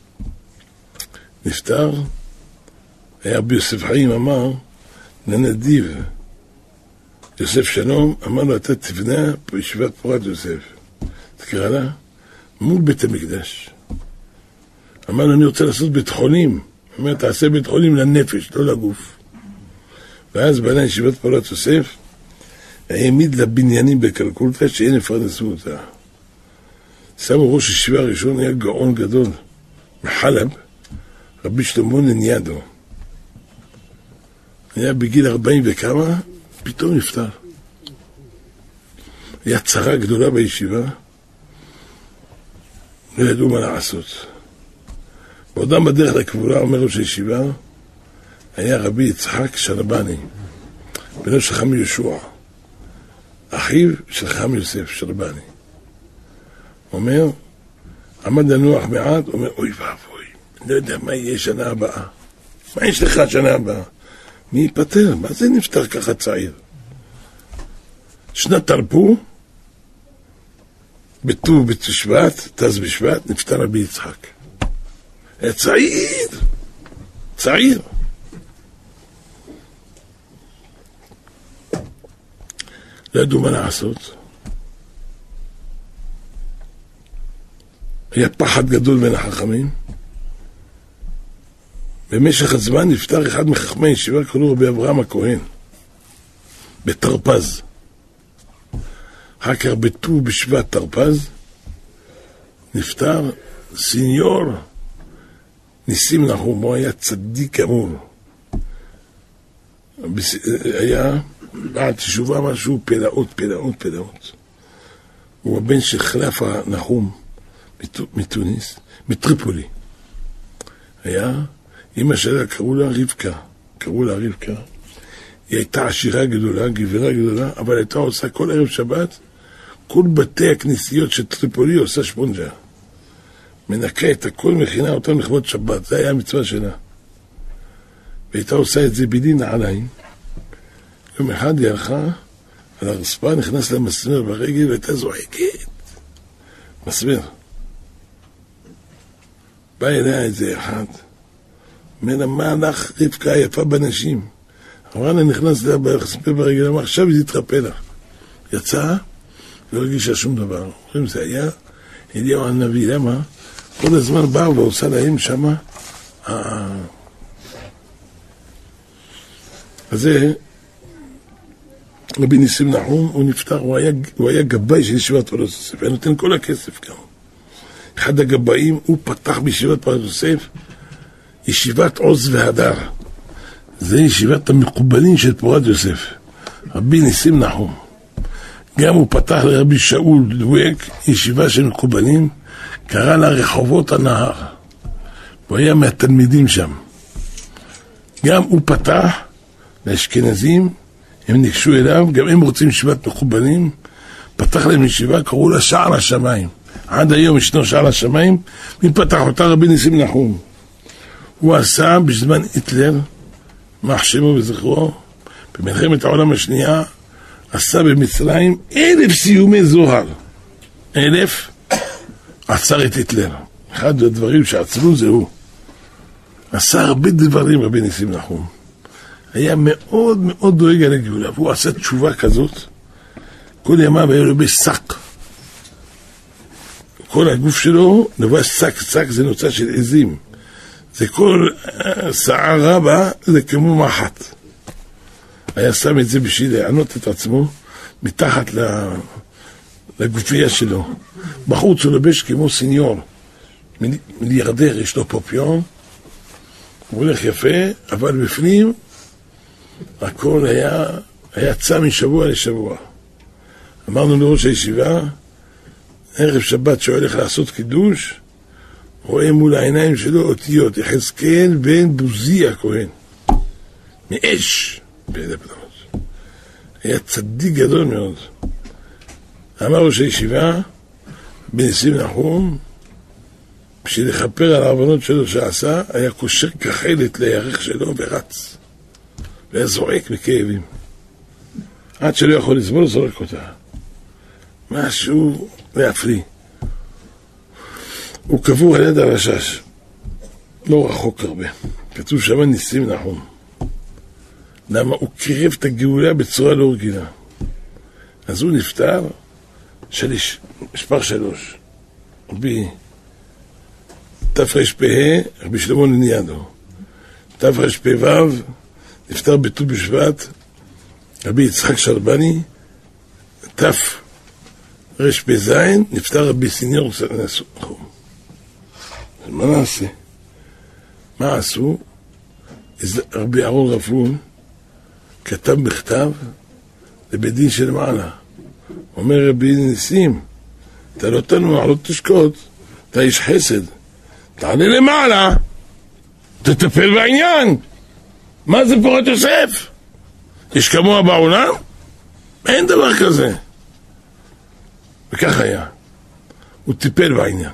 נפטר, היה רבי יוסף חיים אמר לנדיב, יוסף שלום, אמר לו, אתה תבנה בישיבת פורת יוסף. תקרא לה, מול בית המקדש. אמר לו, אני רוצה לעשות בית חולים. אומר, תעשה בית חולים לנפש, לא לגוף. ואז בנה ישיבת פורת יוסף, העמיד לבניינים בקלקולתא, שאין יפרנסו אותה. שמו ראש ישיבה הראשון, היה גאון גדול, מחלב, רבי שלמה לניאדו. היה בגיל 40 וכמה, פתאום נפטר. היה צרה גדולה בישיבה, לא ידעו מה לעשות. בעודם בדרך לקבורה, אומר ראש הישיבה, היה רבי יצחק שרבני, בנו של חכם יהושע, אחיו של חכם יוסף שרבני. אומר, עמד לנוח מעט, אומר, אוי ואבוי, אני לא יודע מה יהיה שנה הבאה. מה יש לך שנה הבאה? מי ייפטר? מה זה נפטר ככה צעיר? שנת תרפ"ו, בט"ו בשבט, תז בשבט, נפטר רבי יצחק. היה צעיר, צעיר. לא ידעו מה לעשות. היה פחד גדול בין החכמים. במשך הזמן נפטר אחד מחכמי ישיבה, קראו רבי אברהם הכהן, בתרפ"ז. אחר כך בט"ו בשבט תרפ"ז, נפטר סיניור ניסים נחום, הוא היה צדיק אמור. היה בעד תשובה משהו פלאות. הוא הבן של חלפה נחום מתוניס, מטריפולי. היה, אמא שלה קראו לה רבקה. היא הייתה עשירה גדולה, גברה גדולה, אבל הייתה עושה כל ערב שבת, כל בתי הכנסיות של טריפולי עושה שפונג'ה. מנקה את הכל, מכינה אותם לכבוד שבת, זה היה המצווה שלה. והייתה עושה את זה בלי נעליים. יום אחד היא הלכה על הרצפה, נכנס לה מסמר ברגל והייתה זועקת. מסמר. בא אליה איזה אחד, אומר לה, מה לך רבקה היפה בנשים? אמרה לה, נכנס לה בסמר ברגל, אמר, עכשיו היא תתרפא לך. יצאה, לא הרגישה שום דבר. אומרים, זה היה אליהו הנביא, למה? כל הזמן בא ועושה להם שמה. אז זה, רבי ניסים נחום, הוא נפטר, הוא היה גבאי של ישיבת פורת יוסף, היה נותן כל הכסף גם. אחד הגבאים, הוא פתח בישיבת פורת יוסף, ישיבת עוז והדר. זה ישיבת המקובלים של פורת יוסף, רבי ניסים נחום. גם הוא פתח לרבי שאול דואק, ישיבה של מקובלים, קרא לה רחובות הנהר. הוא היה מהתלמידים שם. גם הוא פתח לאשכנזים, הם ניגשו אליו, גם הם רוצים ישיבת מקובלים, פתח להם ישיבה, קראו לה שער השמיים. עד היום ישנו שער השמיים, מי פתח אותה? רבי ניסים נחום. הוא עשה בזמן היטלר, מה שמו וזכרו, במלחמת העולם השנייה, עשה במצרים 1,000 סיומי זוהר. 1,000 עצר את היטלר. אחד הדברים שעצרו זה הוא. עשה הרבה דברים רבי ניסים נחום. היה מאוד מאוד דואג על הגאולה, והוא עשה תשובה כזאת, כל ימיו היה לו בשק. כל הגוף שלו לבש שק, שק זה נוצא של עזים. זה כל שער רבה, זה כמו מחט. היה שם את זה בשביל לענות את עצמו מתחת לגופייה שלו. בחוץ הוא לבש כמו סניור, מיליארדר, יש לו פופיון, הוא הולך יפה, אבל בפנים הכל היה צע משבוע לשבוע. אמרנו לראש הישיבה, ערב שבת שהולך לעשות קידוש, רואה מול העיניים שלו אותיות, יחזקאל בן בוזי הכהן, מאש, היה צדיק גדול מאוד. אמר ראש הישיבה, בניסים נחום, בשביל לכפר על העוונות שלו שעשה, היה קושר כחלת לירך שלו ורץ. והיה זועק מכאבים. עד שלא יכול לסבול, זורק אותה. משהו להפליא. הוא קבור על יד הרשש. לא רחוק הרבה. כתוב שם ניסים נחום. למה? הוא קירב את הגאולה בצורה לא רגילה. אז הוא נפטר שליש, מספר 3. רבי תרפ"ה, רבי שלמה לניאדו. תרפ"ו, נפטר בט"ו בשבט, רבי יצחק שלבני. תרפ"ז, נפטר רבי סניור נחום. אז מה נעשה? מה עשו? רבי אהרון רפול כתב בכתב לבית דין של מעלה. אומר רבי ניסים, אתה לא תנוח, לא תשקוט, אתה איש חסד, תעלה למעלה, תטפל בעניין. מה זה פורת יוסף? יש כמוה בעולם? אין דבר כזה. וכך היה. הוא טיפל בעניין.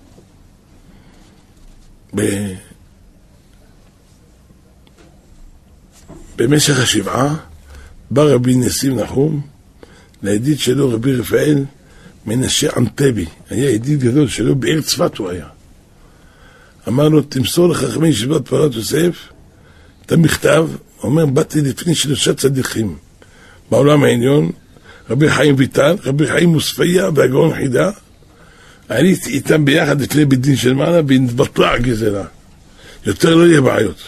במשך השבעה בא רבי ניסים נחום לידיד שלו רבי רפאל מנשה ענטבי, היה ידיד גדול שלו, בעיר צפת הוא היה. אמר לו, תמסור לחכמי ישיבת פורת יוסף את המכתב. אומר, באתי לפני 3 צדיקים בעולם העליון, רבי חיים ויטל, רבי חיים מוספיה והגאון חידה. עליתי איתם ביחד לפני בית דין של מעלה והתבטלה הגזרה, יותר לא יהיה בעיות.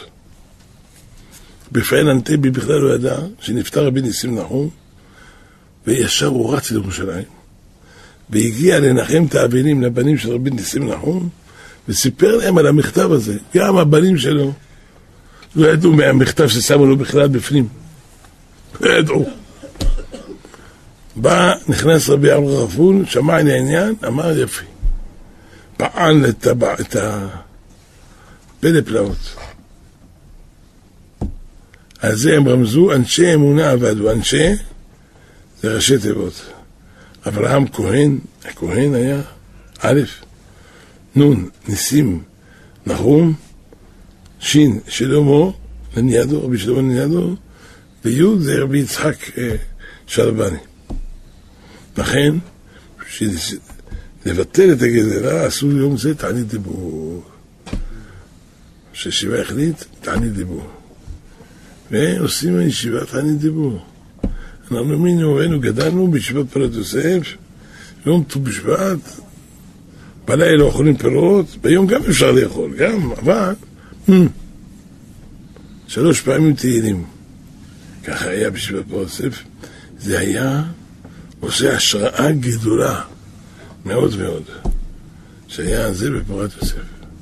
רפאל ענטבי בכלל לא ידע שנפטר רבי ניסים נחום, וישר הוא רץ לירושלים והגיע לנחם את האבלים לבנים של רבי ניסים נחום, וסיפר להם על המכתב הזה. גם הבנים שלו לא ידעו מהמכתב ששמו לו בכלל בפנים, לא ידעו. בא, נכנס רבי אהרון רפול, שמע את העניין, אמר יפי, פעל את הפלא פלאות. על זה הם רמזו, אנשי אמונה עבדו. אנשי זה ראשי תיבות. אברהם כהן, הכהן היה א', נון, ניסים נחום, שין שלמה לניאדו, רבי שלמה לניאדו, ויוד זה רבי יצחק שלבני. לכן, לבטל את הגזרה, עשו יום זה תענית דיבור. ששיבה החליט, תענית דיבור. ועושים הישיבה תענית דיבור. אנחנו מינו ראינו, גדלנו בישיבת פורת יוסף, יום ט"ו בשבט, בלילה אוכלים פירות, ביום גם אפשר לאכול, גם, אבל 3 פעמים תהילים. ככה היה בישיבת פורת יוסף. זה היה עושה השראה גדולה מאוד מאוד, שהיה זה בפורת יוסף.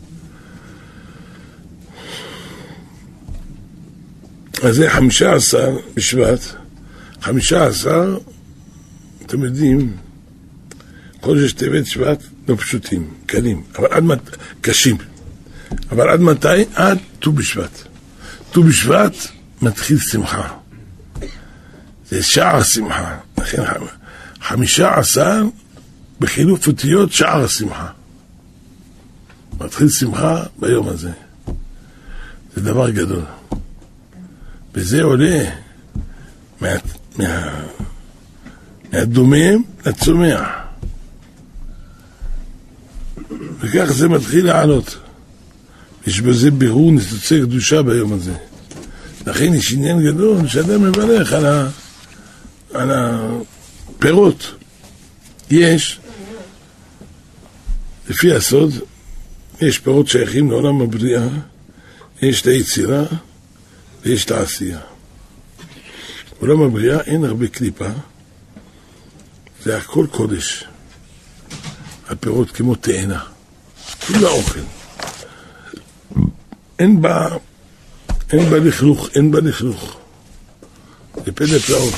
אז זה 15 בשבט, 15, אתם יודעים, חודש טבת שבט לא פשוטים, קלים, אבל קשים. אבל עד מתי? עד ט"ו בשבט. ט"ו בשבט מתחיל שמחה. זה שער שמחה. לכן 15 בחילוף אותיות שער השמחה. מתחיל שמחה ביום הזה. זה דבר גדול. וזה עולה מהדומם לצומח. וכך זה מתחיל לעלות. יש בזה בירור ניצוצי קדושה ביום הזה. לכן יש עניין גדול שאדם מברך על הפירות. יש, לפי הסוד, יש פירות שייכים לעולם הבריאה, יש את היצירה ויש את העשייה. בעולם הבריאה אין הרבה קליפה, זה הכל קודש. הפירות כמו תאנה, כולה אוכל. אין בה לכלוך, אין בה לכלוך. זה פלא פלאות.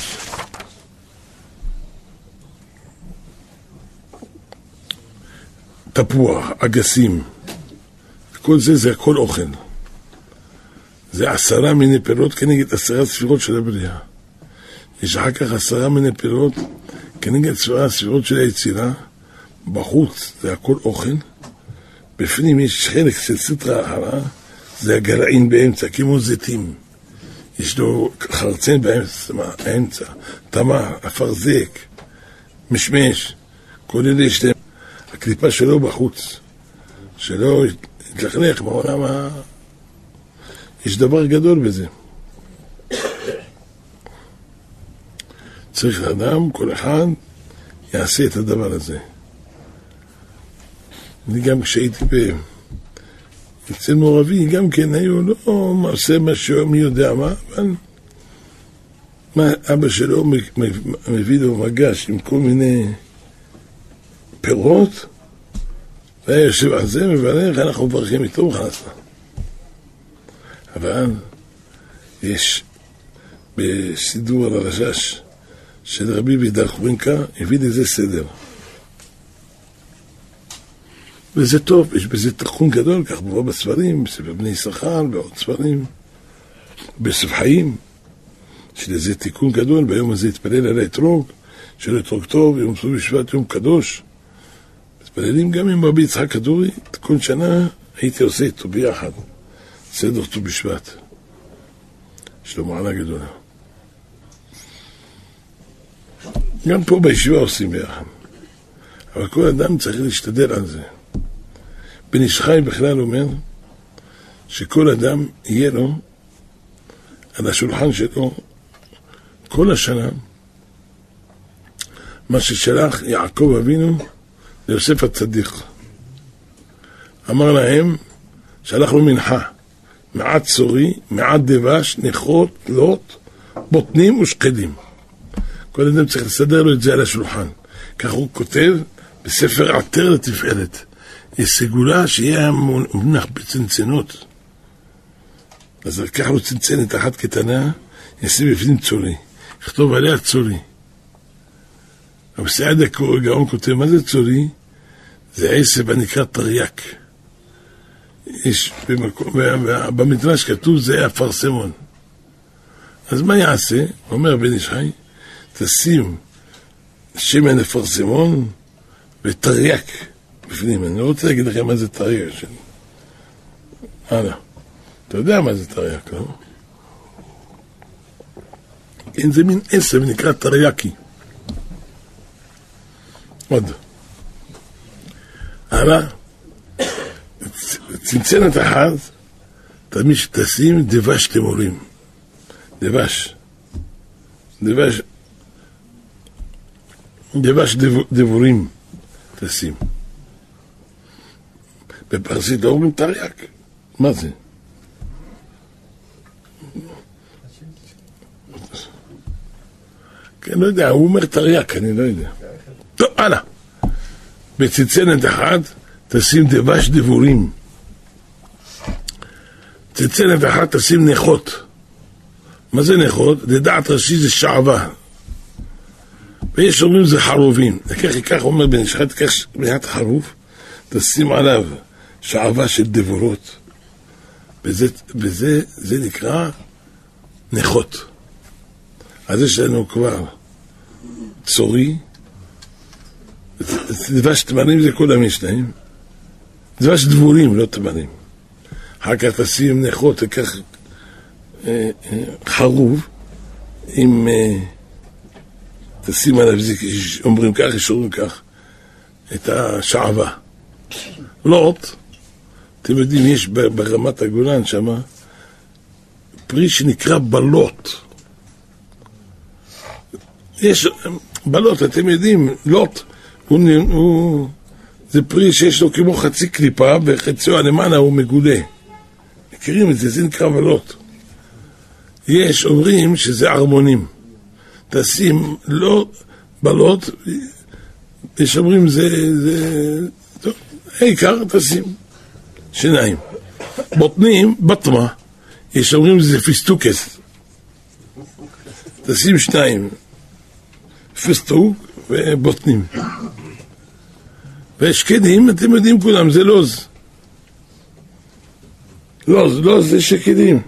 תפוח, אגסים, כל זה הכל אוכל. זה 10 מיני פירות כנגד 10 ספירות של הבריאה. יש אחר כך 10 מיני פירות כנגד 10 ספירות של היצירה. בחוץ זה הכל אוכל. בפנים יש חלק של סטרה אחרה, זה הגרעין באמצע, כמו זיתים. יש לו חרצן באמצע, תמר, אפרזק, משמש, כל אלה יש להם. הקליפה שלו בחוץ, שלא יתלכלך בעולם יש דבר גדול בזה. צריך לאדם, כל אחד יעשה את הדבר הזה. אני גם כשהייתי אצל מורבי, גם כן היו לא עושה משהו, מי יודע מה, אבל אבא שלו מביא לו מגש עם כל מיני פירות, והיה יושב על זה, מברך, אנחנו מברכים איתו וחנסה. אבל יש בסידור על הרשש של רבי וידר חורינקה, הביא לזה סדר. וזה טוב, יש בזה תחכום גדול, כך בוא בספרים, בספר בני יששכר, בעוד ספרים, בספר חיים, שלזה תיקון גדול, ביום הזה התפלל על האתרוג, של אתרוג טוב, יום ט"ו בשבט, יום קדוש. מתפללים גם עם רבי יצחק כדורי, כל שנה הייתי עושה איתו ביחד, סדר ט"ו בשבט. יש לו מעלה גדולה. גם פה בישיבה עושים ביחד. אבל כל אדם צריך להשתדל על זה. בן איש חי בכלל אומר שכל אדם יהיה לו על השולחן שלו כל השנה מה ששלח יעקב אבינו ליוסף הצדיק. אמר להם, שלח לו מנחה, מעט צורי, מעט דבש, ניחות, לוט, בוטנים ושקדים. כל אדם צריך לסדר לו את זה על השולחן. כך הוא כותב בספר עטר לתפארת. יש סגולה שיהיה מונח בצנצנות. אז כך הוא צנצנת אחת קטנה, ישים בפנים צורי. יכתוב עליה צורי. אבל סעד הגאון כותב, מה זה צורי? זה עשב הנקרא תרי"ק. יש במדרש כתוב זה אפרסמון. אז מה יעשה? אומר בן איש חי, תשים שמן אפרסמון ותרי"ק בפנים. אני לא רוצה להגיד לכם מה זה תרי"ק. הלאה. אתה יודע מה זה תרי"ק, לא? כן, זה מין עשב נקרא תרי"קי. עוד. הלאה. צנצנת אחת, תשים דבש תמורים. דבש דבורים תשים. בפרסית לא אומרים תרי"ק. מה זה? כן, לא יודע, הוא אומר תרי"ק, אני לא יודע. טוב, הלאה. בצנצנת אחת תשים דבש דבורים. צנצנת אחת תשים ניחות. מה זה ניחות? לדעת ראשי זה שעבה. ויש אומרים זה חרובים. כך אומר בן איש חי, כך בניית חרוב, תשים עליו שעבה של דבורות. וזה נקרא ניחות. אז יש לנו כבר צורי, דבש תמרים זה כל המשניים. דבש דבורים, לא תמרים. אחר כך תשים נחות, תקח חרוב, עם תשים עליו, אומרים כך, ישורים כך, את השעבה. לוט, אתם יודעים, יש ברמת הגולן שם, פרי שנקרא בלוט. יש בלוט, אתם יודעים, לוט, זה פרי שיש לו כמו חצי קליפה, וחציו הלמעלה הוא מגולה. מכירים את זה, זה נקרא בלוט. יש, אומרים שזה ערמונים. תשים לא בלוט, יש אומרים זה טוב, העיקר תשים שיניים. בוטנים, בטמה, יש אומרים זה פיסטוקס. תשים שניים, פיסטוק ובוטנים. והשקדים, אתם יודעים כולם, זה לוז. לוז זה שקדים.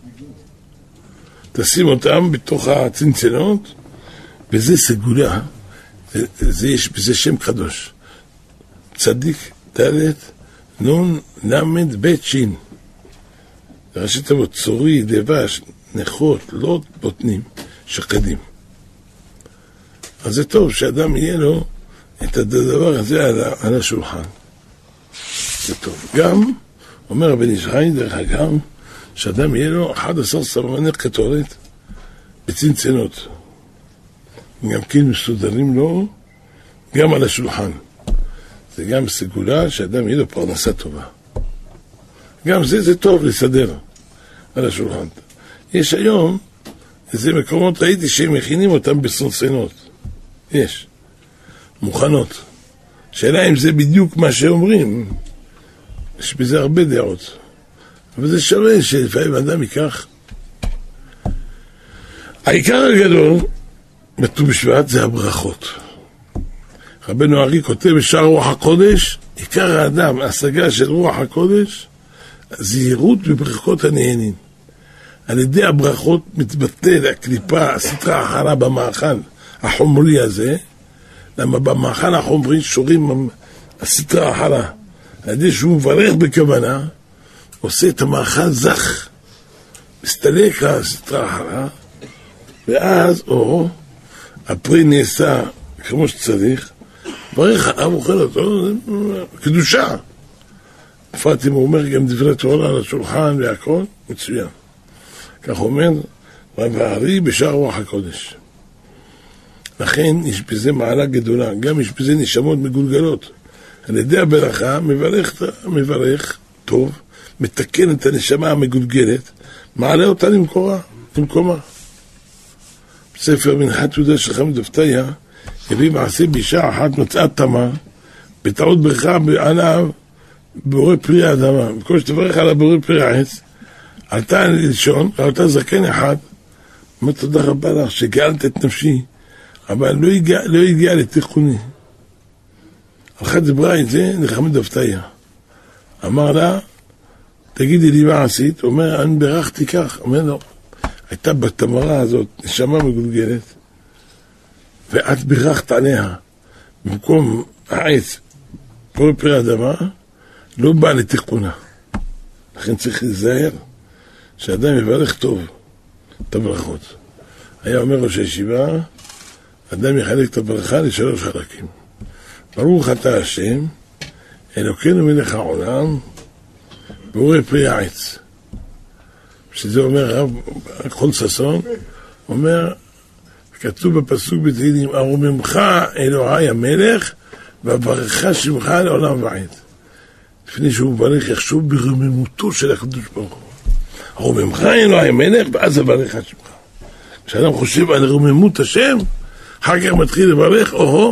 תשים אותם בתוך הצנצנות, וזה סגולה, יש בזה שם קדוש. צדיק, דלת, נון, למד, בית, שין. ראשי תיבות, צורי, דבש, נחות, לוט, בוטנים, שקדים. אז זה טוב שאדם יהיה לו את הדבר הזה על השולחן. זה טוב. גם, אומר הבן איש חי, דרך אגב, שאדם יהיה לו 11 סממני קטורת בצנצנות. גם כן מסודרים לו, גם על השולחן. זה גם סגולה שאדם יהיה לו פרנסה טובה. גם זה טוב לסדר על השולחן. יש היום איזה מקומות ראיתי שהם מכינים אותם בסנסנות. יש. מוכנות. שאלה אם זה בדיוק מה שאומרים. יש בזה הרבה דעות. אבל זה שווה שלפעמים אדם ייקח. העיקר הגדול בט"ו בשבט זה הברכות. רבנו ארי כותב בשער רוח הקודש, עיקר האדם, ההשגה של רוח הקודש, זהירות בברכות הנהנים. על ידי הברכות מתבטל הקליפה, הסתרה החרה במאכל החומרי הזה, למה במאכל החומרי שורים הסתרה החרה. על ידי שהוא מברך בכוונה, עושה את המאכל זך, מסתלק הסתרה החרה, ואז הפרי נעשה כמו שצריך, ברך עליו אוכל אותו, קדושה. בפרט אם הוא אומר גם דברי תורה על השולחן והכל, מצוין. כך אומר רב הארי בשער רוח הקודש. לכן יש בזה מעלה גדולה, גם יש בזה נשמות מגולגלות. על ידי הברכה מברך טוב, מתקן את הנשמה המגולגלת, מעלה אותה למקומה. בספר מנחת יהודה של חמד דפתיה, הביא מעשה באישה אחת מצאה תמר, בטעות ברכה עליו בורא פרי האדמה. בכל שתברך עליו בורא פרי העץ, עלתה לישון, ועלתה זקן אחד, אומר תודה רבה לך שגאלת את נפשי, אבל לא הגיעה לתיכוני. אחת דיברה את זה לחמד דפתיה. אמר לה, תגידי לי מה עשית? אומר, אני ברכתי כך. אומר לו, הייתה בתמרה הזאת נשמה מגולגלת, ואת ברכת עליה, במקום העץ, פרי פרי אדמה, לא בא לתיכונה. לכן צריך להיזהר, שאדם יברך טוב את הברכות. היה אומר ראש הישיבה, אדם יחלק את הברכה לשלוש חלקים. ברוך אתה השם, אלוקינו מלך העולם, בורא פרי העץ. שזה אומר רב כל ששון, אומר, כתוב בפסוק בתהילים, ארוממך אלוהי המלך, והברכה שמך לעולם ועד. לפני שהוא מברך יחשוב ברוממותו של הקדוש ברוך הוא. ארוממך אלוהי המלך, ואז הברכה שמך. כשאדם חושב על רוממות השם, אחר כך מתחיל לברך,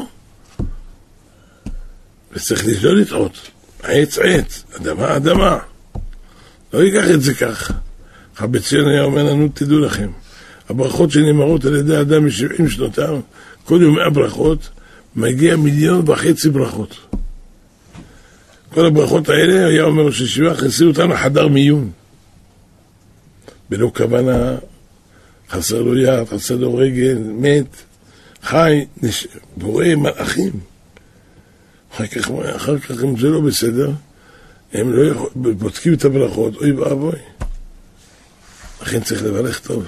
וצריך לא לטעות. עץ עץ, אדמה אדמה. לא ייקח את זה כך. רבי ציון היה אומר לנו, תדעו לכם, הברכות שנאמרות על ידי אדם מ70 שנותיו, כל יום 100 ברכות, מגיע 1.5 מיליון ברכות. כל הברכות האלה, היה אומר ראש הישיבה, חסר אותנו חדר מיון. בלא כוונה, חסר לו יד, חסר לו רגל, מת, חי, בורא מלאכים. אחר כך אם זה לא בסדר, הם לא בודקים את הברכות, אוי ואבוי. לכן צריך לברך טוב.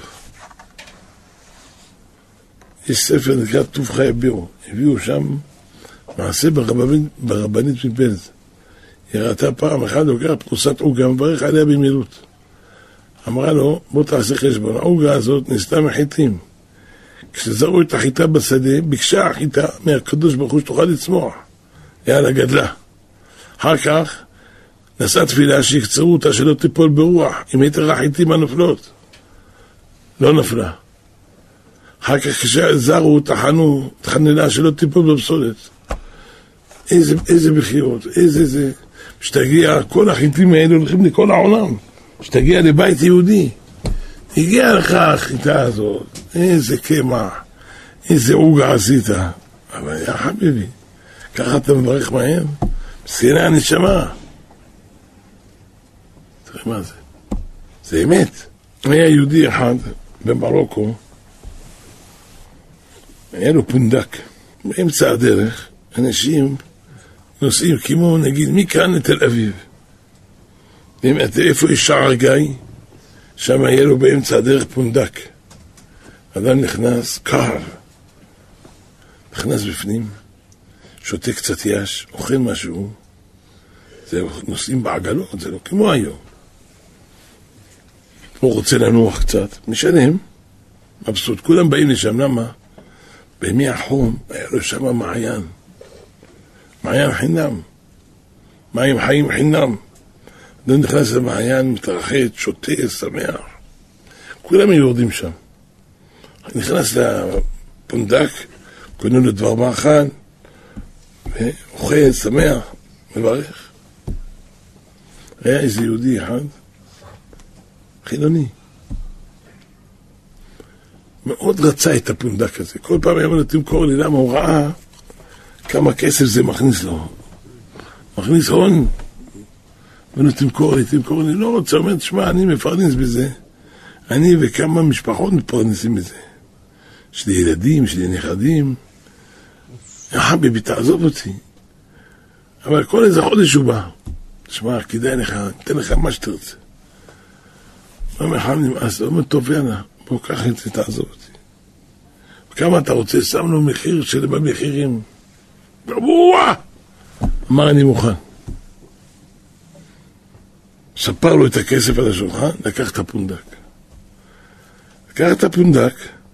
יש ספר נקרא טוב חי הביאו, הביאו שם מעשה ברבנית מפלז. היא ראתה פעם אחד לוקח פרוסת עוגה, מברך עליה במהירות. אמרה לו, בוא תעשה חשבון, העוגה הזאת נסתה מחיטים. כשזרעו את החיטה בשדה, ביקשה החיטה מהקדוש ברוך הוא שתוכל לצמוח. יאללה, גדלה. אחר כך נשאה תפילה שיקצרו אותה שלא תיפול ברוח, עם יתר החיטים הנופלות. לא נפלה. אחר כך כשזרעו טחנו, תחננה שלא תיפול בפסולת. איזה בחירות, איזה... שתגיע, כל החיטים האלה הולכים לכל העולם. שתגיע לבית יהודי. הגיע לך החיטה הזאת, איזה קמח, איזה עוגה עשית. אבל יא חביבי, ככה אתה מברך מהר? בסדר הנשמה. תראה מה זה. זה אמת. היה יהודי אחד במרוקו, היה לו פונדק. באמצע הדרך, אנשים נוסעים כמו נגיד מכאן לתל אביב. איפה יש שער גיא? שם היה לו באמצע הדרך פונדק. אדם נכנס, קר. נכנס בפנים, שותה קצת יש, אוכל משהו. זה נוסעים בעגלות, זה לא כמו היום. הוא רוצה לנוח קצת, משלם. מבסוט, כולם באים לשם, למה? בימי החום היה לו שם מעיין. מעיין חינם. מים חיים חינם. אדם נכנס למעיין, מתרחץ, שותה, שמח. כולם יורדים שם. נכנס לפונדק, קונה לו דבר מאכל, ואוכל, שמח, מברך. היה איזה יהודי אחד, חילוני. מאוד רצה את הפונדק הזה. כל פעם היה מנתים קורא לי, למה הוא ראה כמה כסף זה מכניס לו. מכניס הון. ונתמכור לי, לא רוצה, אומר, תשמע, אני מפרנס בזה. אני וכמה משפחות מפרנסים בזה. יש לי ילדים, יש לי נכדים. חביבי, תעזוב אותי. אבל כל איזה חודש הוא בא. תשמע, כדאי לך, תן לך מה שתרצה. אומר, חם נמאס, אומר, טוב, יאללה, בוא, קח את זה, תעזוב אותי. וכמה אתה רוצה, שם לו מחיר של במחירים. גבוה! אמר, אני מוכן. ספר לו את הכסף על השולחן, לקח את הפונדק. לקח את הפונדק,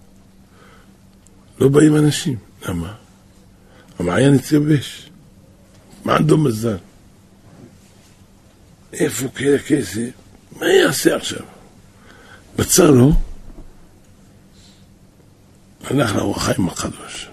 לא באים אנשים. למה? המעיין התייבש. מען דו מזל. איפה כאלה כסף? מה יעשה עכשיו? בצר לו, הלך לאור החיים הקדוש.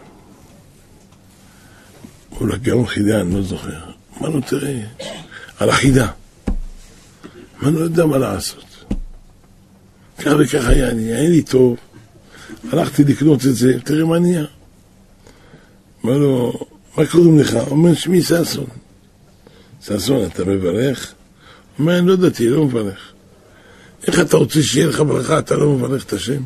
הוא לגאון חידה, אני לא זוכר. מה לא תראה? על החידה. מה לא יודע מה לעשות. כך וכך היה לי טוב. הלכתי לקנות את זה, תראה מה נהיה. אמר לו, מה קוראים לך? אומר, שמי ססון. ססון, אתה מברך? אומר, אני לא דתי, לא מברך. איך אתה רוצה שיהיה לך ברכה, אתה לא מברך את השם?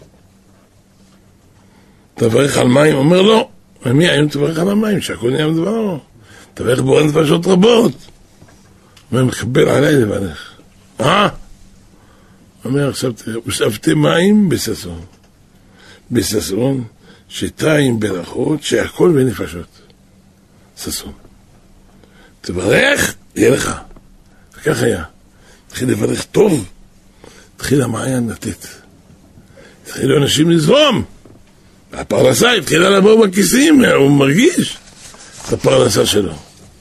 אתה מברך על מים? אומר, לא. מי היום תברך על המים? שהכל נהיה מדבר. תברך בורא נפשות רבות. אומר, מקבל עליי לברך. אומר, עכשיו תראה, ושאבתי מים בססון. בססון, שתיים ברכות, שהכל בנפשות. ססון. תברך, יהיה לך. וכך היה. תתחיל לברך טוב. תתחיל המעיין לתת. תתחילו אנשים לזרום. הפרנסה התחילה לעבור בכיסים, הוא מרגיש את הפרנסה שלו.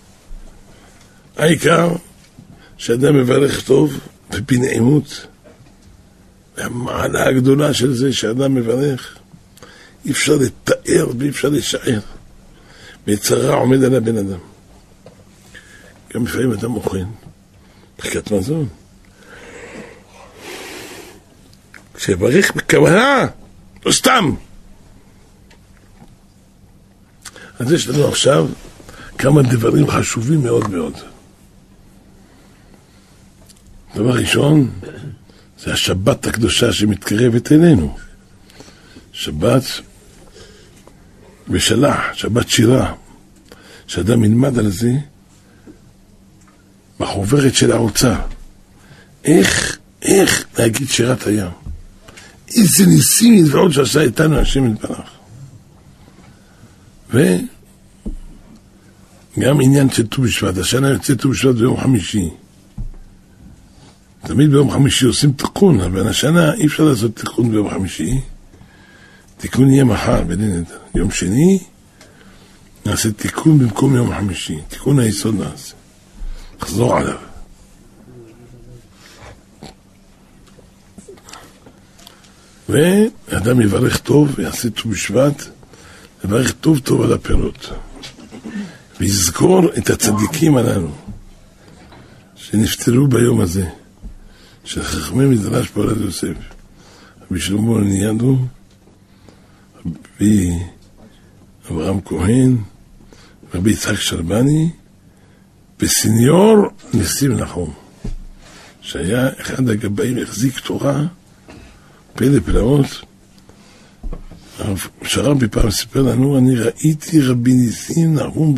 העיקר שאדם מברך טוב ובנעימות. והמעלה הגדולה של זה שאדם מברך, אי אפשר לתאר ואי אפשר לשער. ויצרה עומד על הבן אדם. גם לפעמים אדם אוכל ברכת מזון. כשברך בכוונה, לא סתם. אז יש לנו עכשיו כמה דברים חשובים מאוד מאוד. דבר ראשון, זה השבת הקדושה שמתקרבת אלינו. שבת בשלח, שבת שירה. שאדם ילמד על זה בחוברת של האוצר. איך להגיד שירת הים. איזה ניסים נדברות שעשה איתנו השם יתברך. וגם עניין של ט"ו בשבט. השנה יוצא ט"ו בשבט ביום חמישי. תמיד ביום חמישי עושים תיקון, אבל השנה אי אפשר לעשות תיקון ביום חמישי. תיקון יהיה מחר, יום שני נעשה תיקון במקום יום חמישי. תיקון היסוד נעשה. נחזור עליו. ואדם יברך טוב, יעשה ט"ו בשבט, יברך טוב טוב על הפירות. ויזכור את הצדיקים הללו, שנפטרו ביום הזה, של חכמי מדרש פורת יוסף, רבי שלמה אליהו, רבי אברהם כהן, רבי יצחק שלבני, וסניור ניסים נחום, שהיה אחד הגבאים, החזיק תורה, פלא פלאות. שרבי פעם סיפר לנו, אני ראיתי רבי ניסים נחום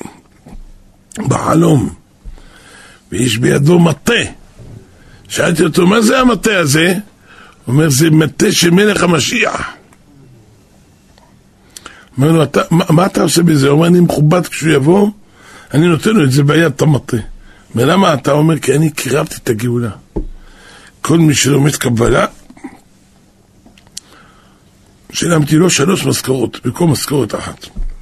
בחלום, ויש בידו מטה. שאלתי אותו, מה זה המטה הזה? הוא אומר, זה מטה של מלך המשיח. אומר לו, מה אתה עושה בזה? הוא אומר, אני מכובד כשהוא יבוא, אני נותן לו את זה ביד, את המטה. ולמה אתה אומר? כי אני קרבתי את הגאולה. כל מי שלומד קבלה, שילמתי לו 3 משכורות, במקום משכורת אחת.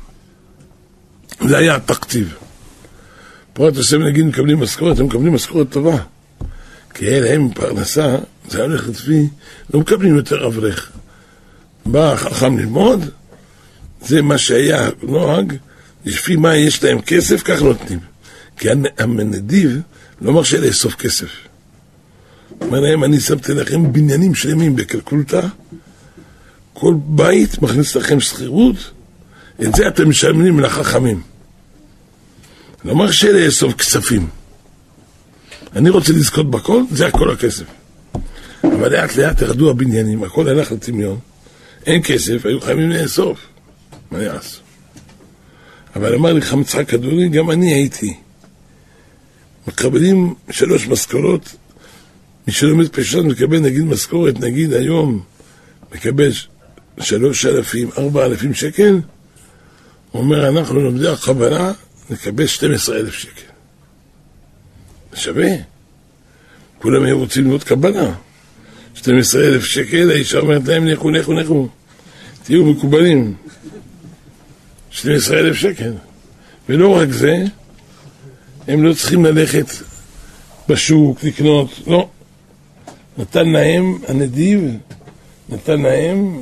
זה היה התקציב. פרט השם נגיד מקבלים משכורת, הם מקבלים משכורת טובה. כי להם פרנסה, זה הולך לפי, לא מקבלים יותר אברך. בא החכם ללמוד, זה מה שהיה נוהג, לפי מה יש להם כסף, כך נותנים. כי המנדיב לא מרשה לאסוף כסף. אומר להם, אני שמתי לכם בניינים שלמים בקלקולתא, כל בית מכניס לכם שכירות, את זה אתם משלמים לחכמים. לא מרשה לאסוף כספים. אני רוצה לזכות בכל, זה הכל הכסף. אבל לאט לאט ירדו הבניינים, הכל הלך לטמיון. אין כסף, היו חייבים לאסוף. מה יעשו? אבל אמר לי חמצחק כדורי, גם אני הייתי. מקבלים 3 משכורות, מי שלומד פשט מקבל נגיד משכורת, נגיד היום, מקבל 3,000, 4,000 שקל, הוא אומר, אנחנו לומדי הקבלה, נקבל 12,000 שקל. שווה. כולם היו רוצים ללמוד קבלה. 12,000 שקל, האישה אומרת להם, נכו. תהיו מקובלים. 12,000 שקל. ולא רק זה, הם לא צריכים ללכת בשוק, לקנות, לא. נתן להם, הנדיב, נתן להם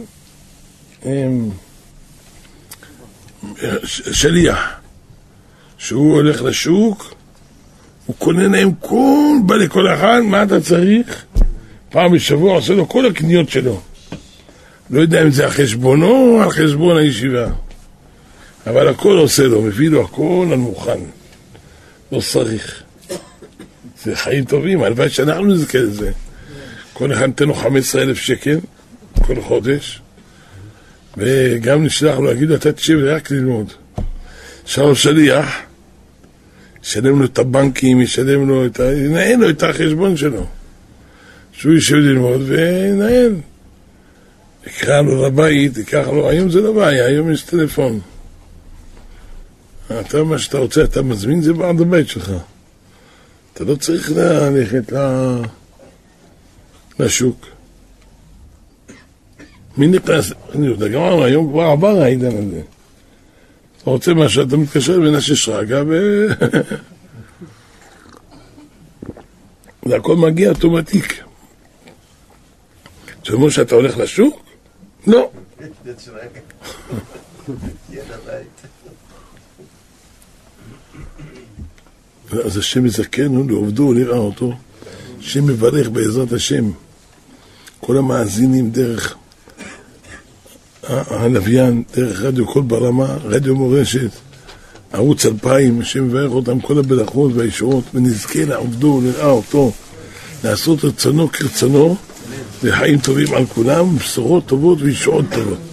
שליח. שהוא הולך לשוק, הוא קונה להם בא לכל אחד, מה אתה צריך? פעם בשבוע עושה לו כל הקניות שלו. לא יודע אם זה על חשבונו או על חשבון הישיבה. אבל הכל עושה לו, מביא לו הכל על מוכן. לא צריך. זה חיים טובים, הלוואי שאנחנו נזכה לזה. כל אחד נתן לו 15,000 שקל כל חודש, וגם נשלח לו, להגיד לו, אתה תשב רק ללמוד. שלום שליח, ישלם לו את הבנקים, ישלם לו ינהל לו את החשבון שלו. שהוא ישב ללמוד וינהל. יקרא לו לבית, ייקח לו, היום זה לא בעיה, היום יש טלפון. אתה מה שאתה רוצה, אתה מזמין זה בעד הבית שלך. אתה לא צריך ללכת לשוק. מי נכנס? אני יודע, גמרנו, היום כבר עבר העידן הזה. אתה רוצה משהו, אתה מתקשר ונשי שרגע זה הכל מגיע אוטומטיק. שאומר שאתה הולך לשוק? לא. אז השם יזכנו לעובדו, נראה אותו. השם מברך בעזרת השם. כל המאזינים דרך הלוויין, דרך רדיו קול ברמה, רדיו מורשת, ערוץ 2000, השם מברך אותם כל הברכות והישועות, ונזכה לעובדו, נראה אותו, לעשות רצונו כרצונו, וחיים טובים על כולם, בשורות טובות וישועות טובות.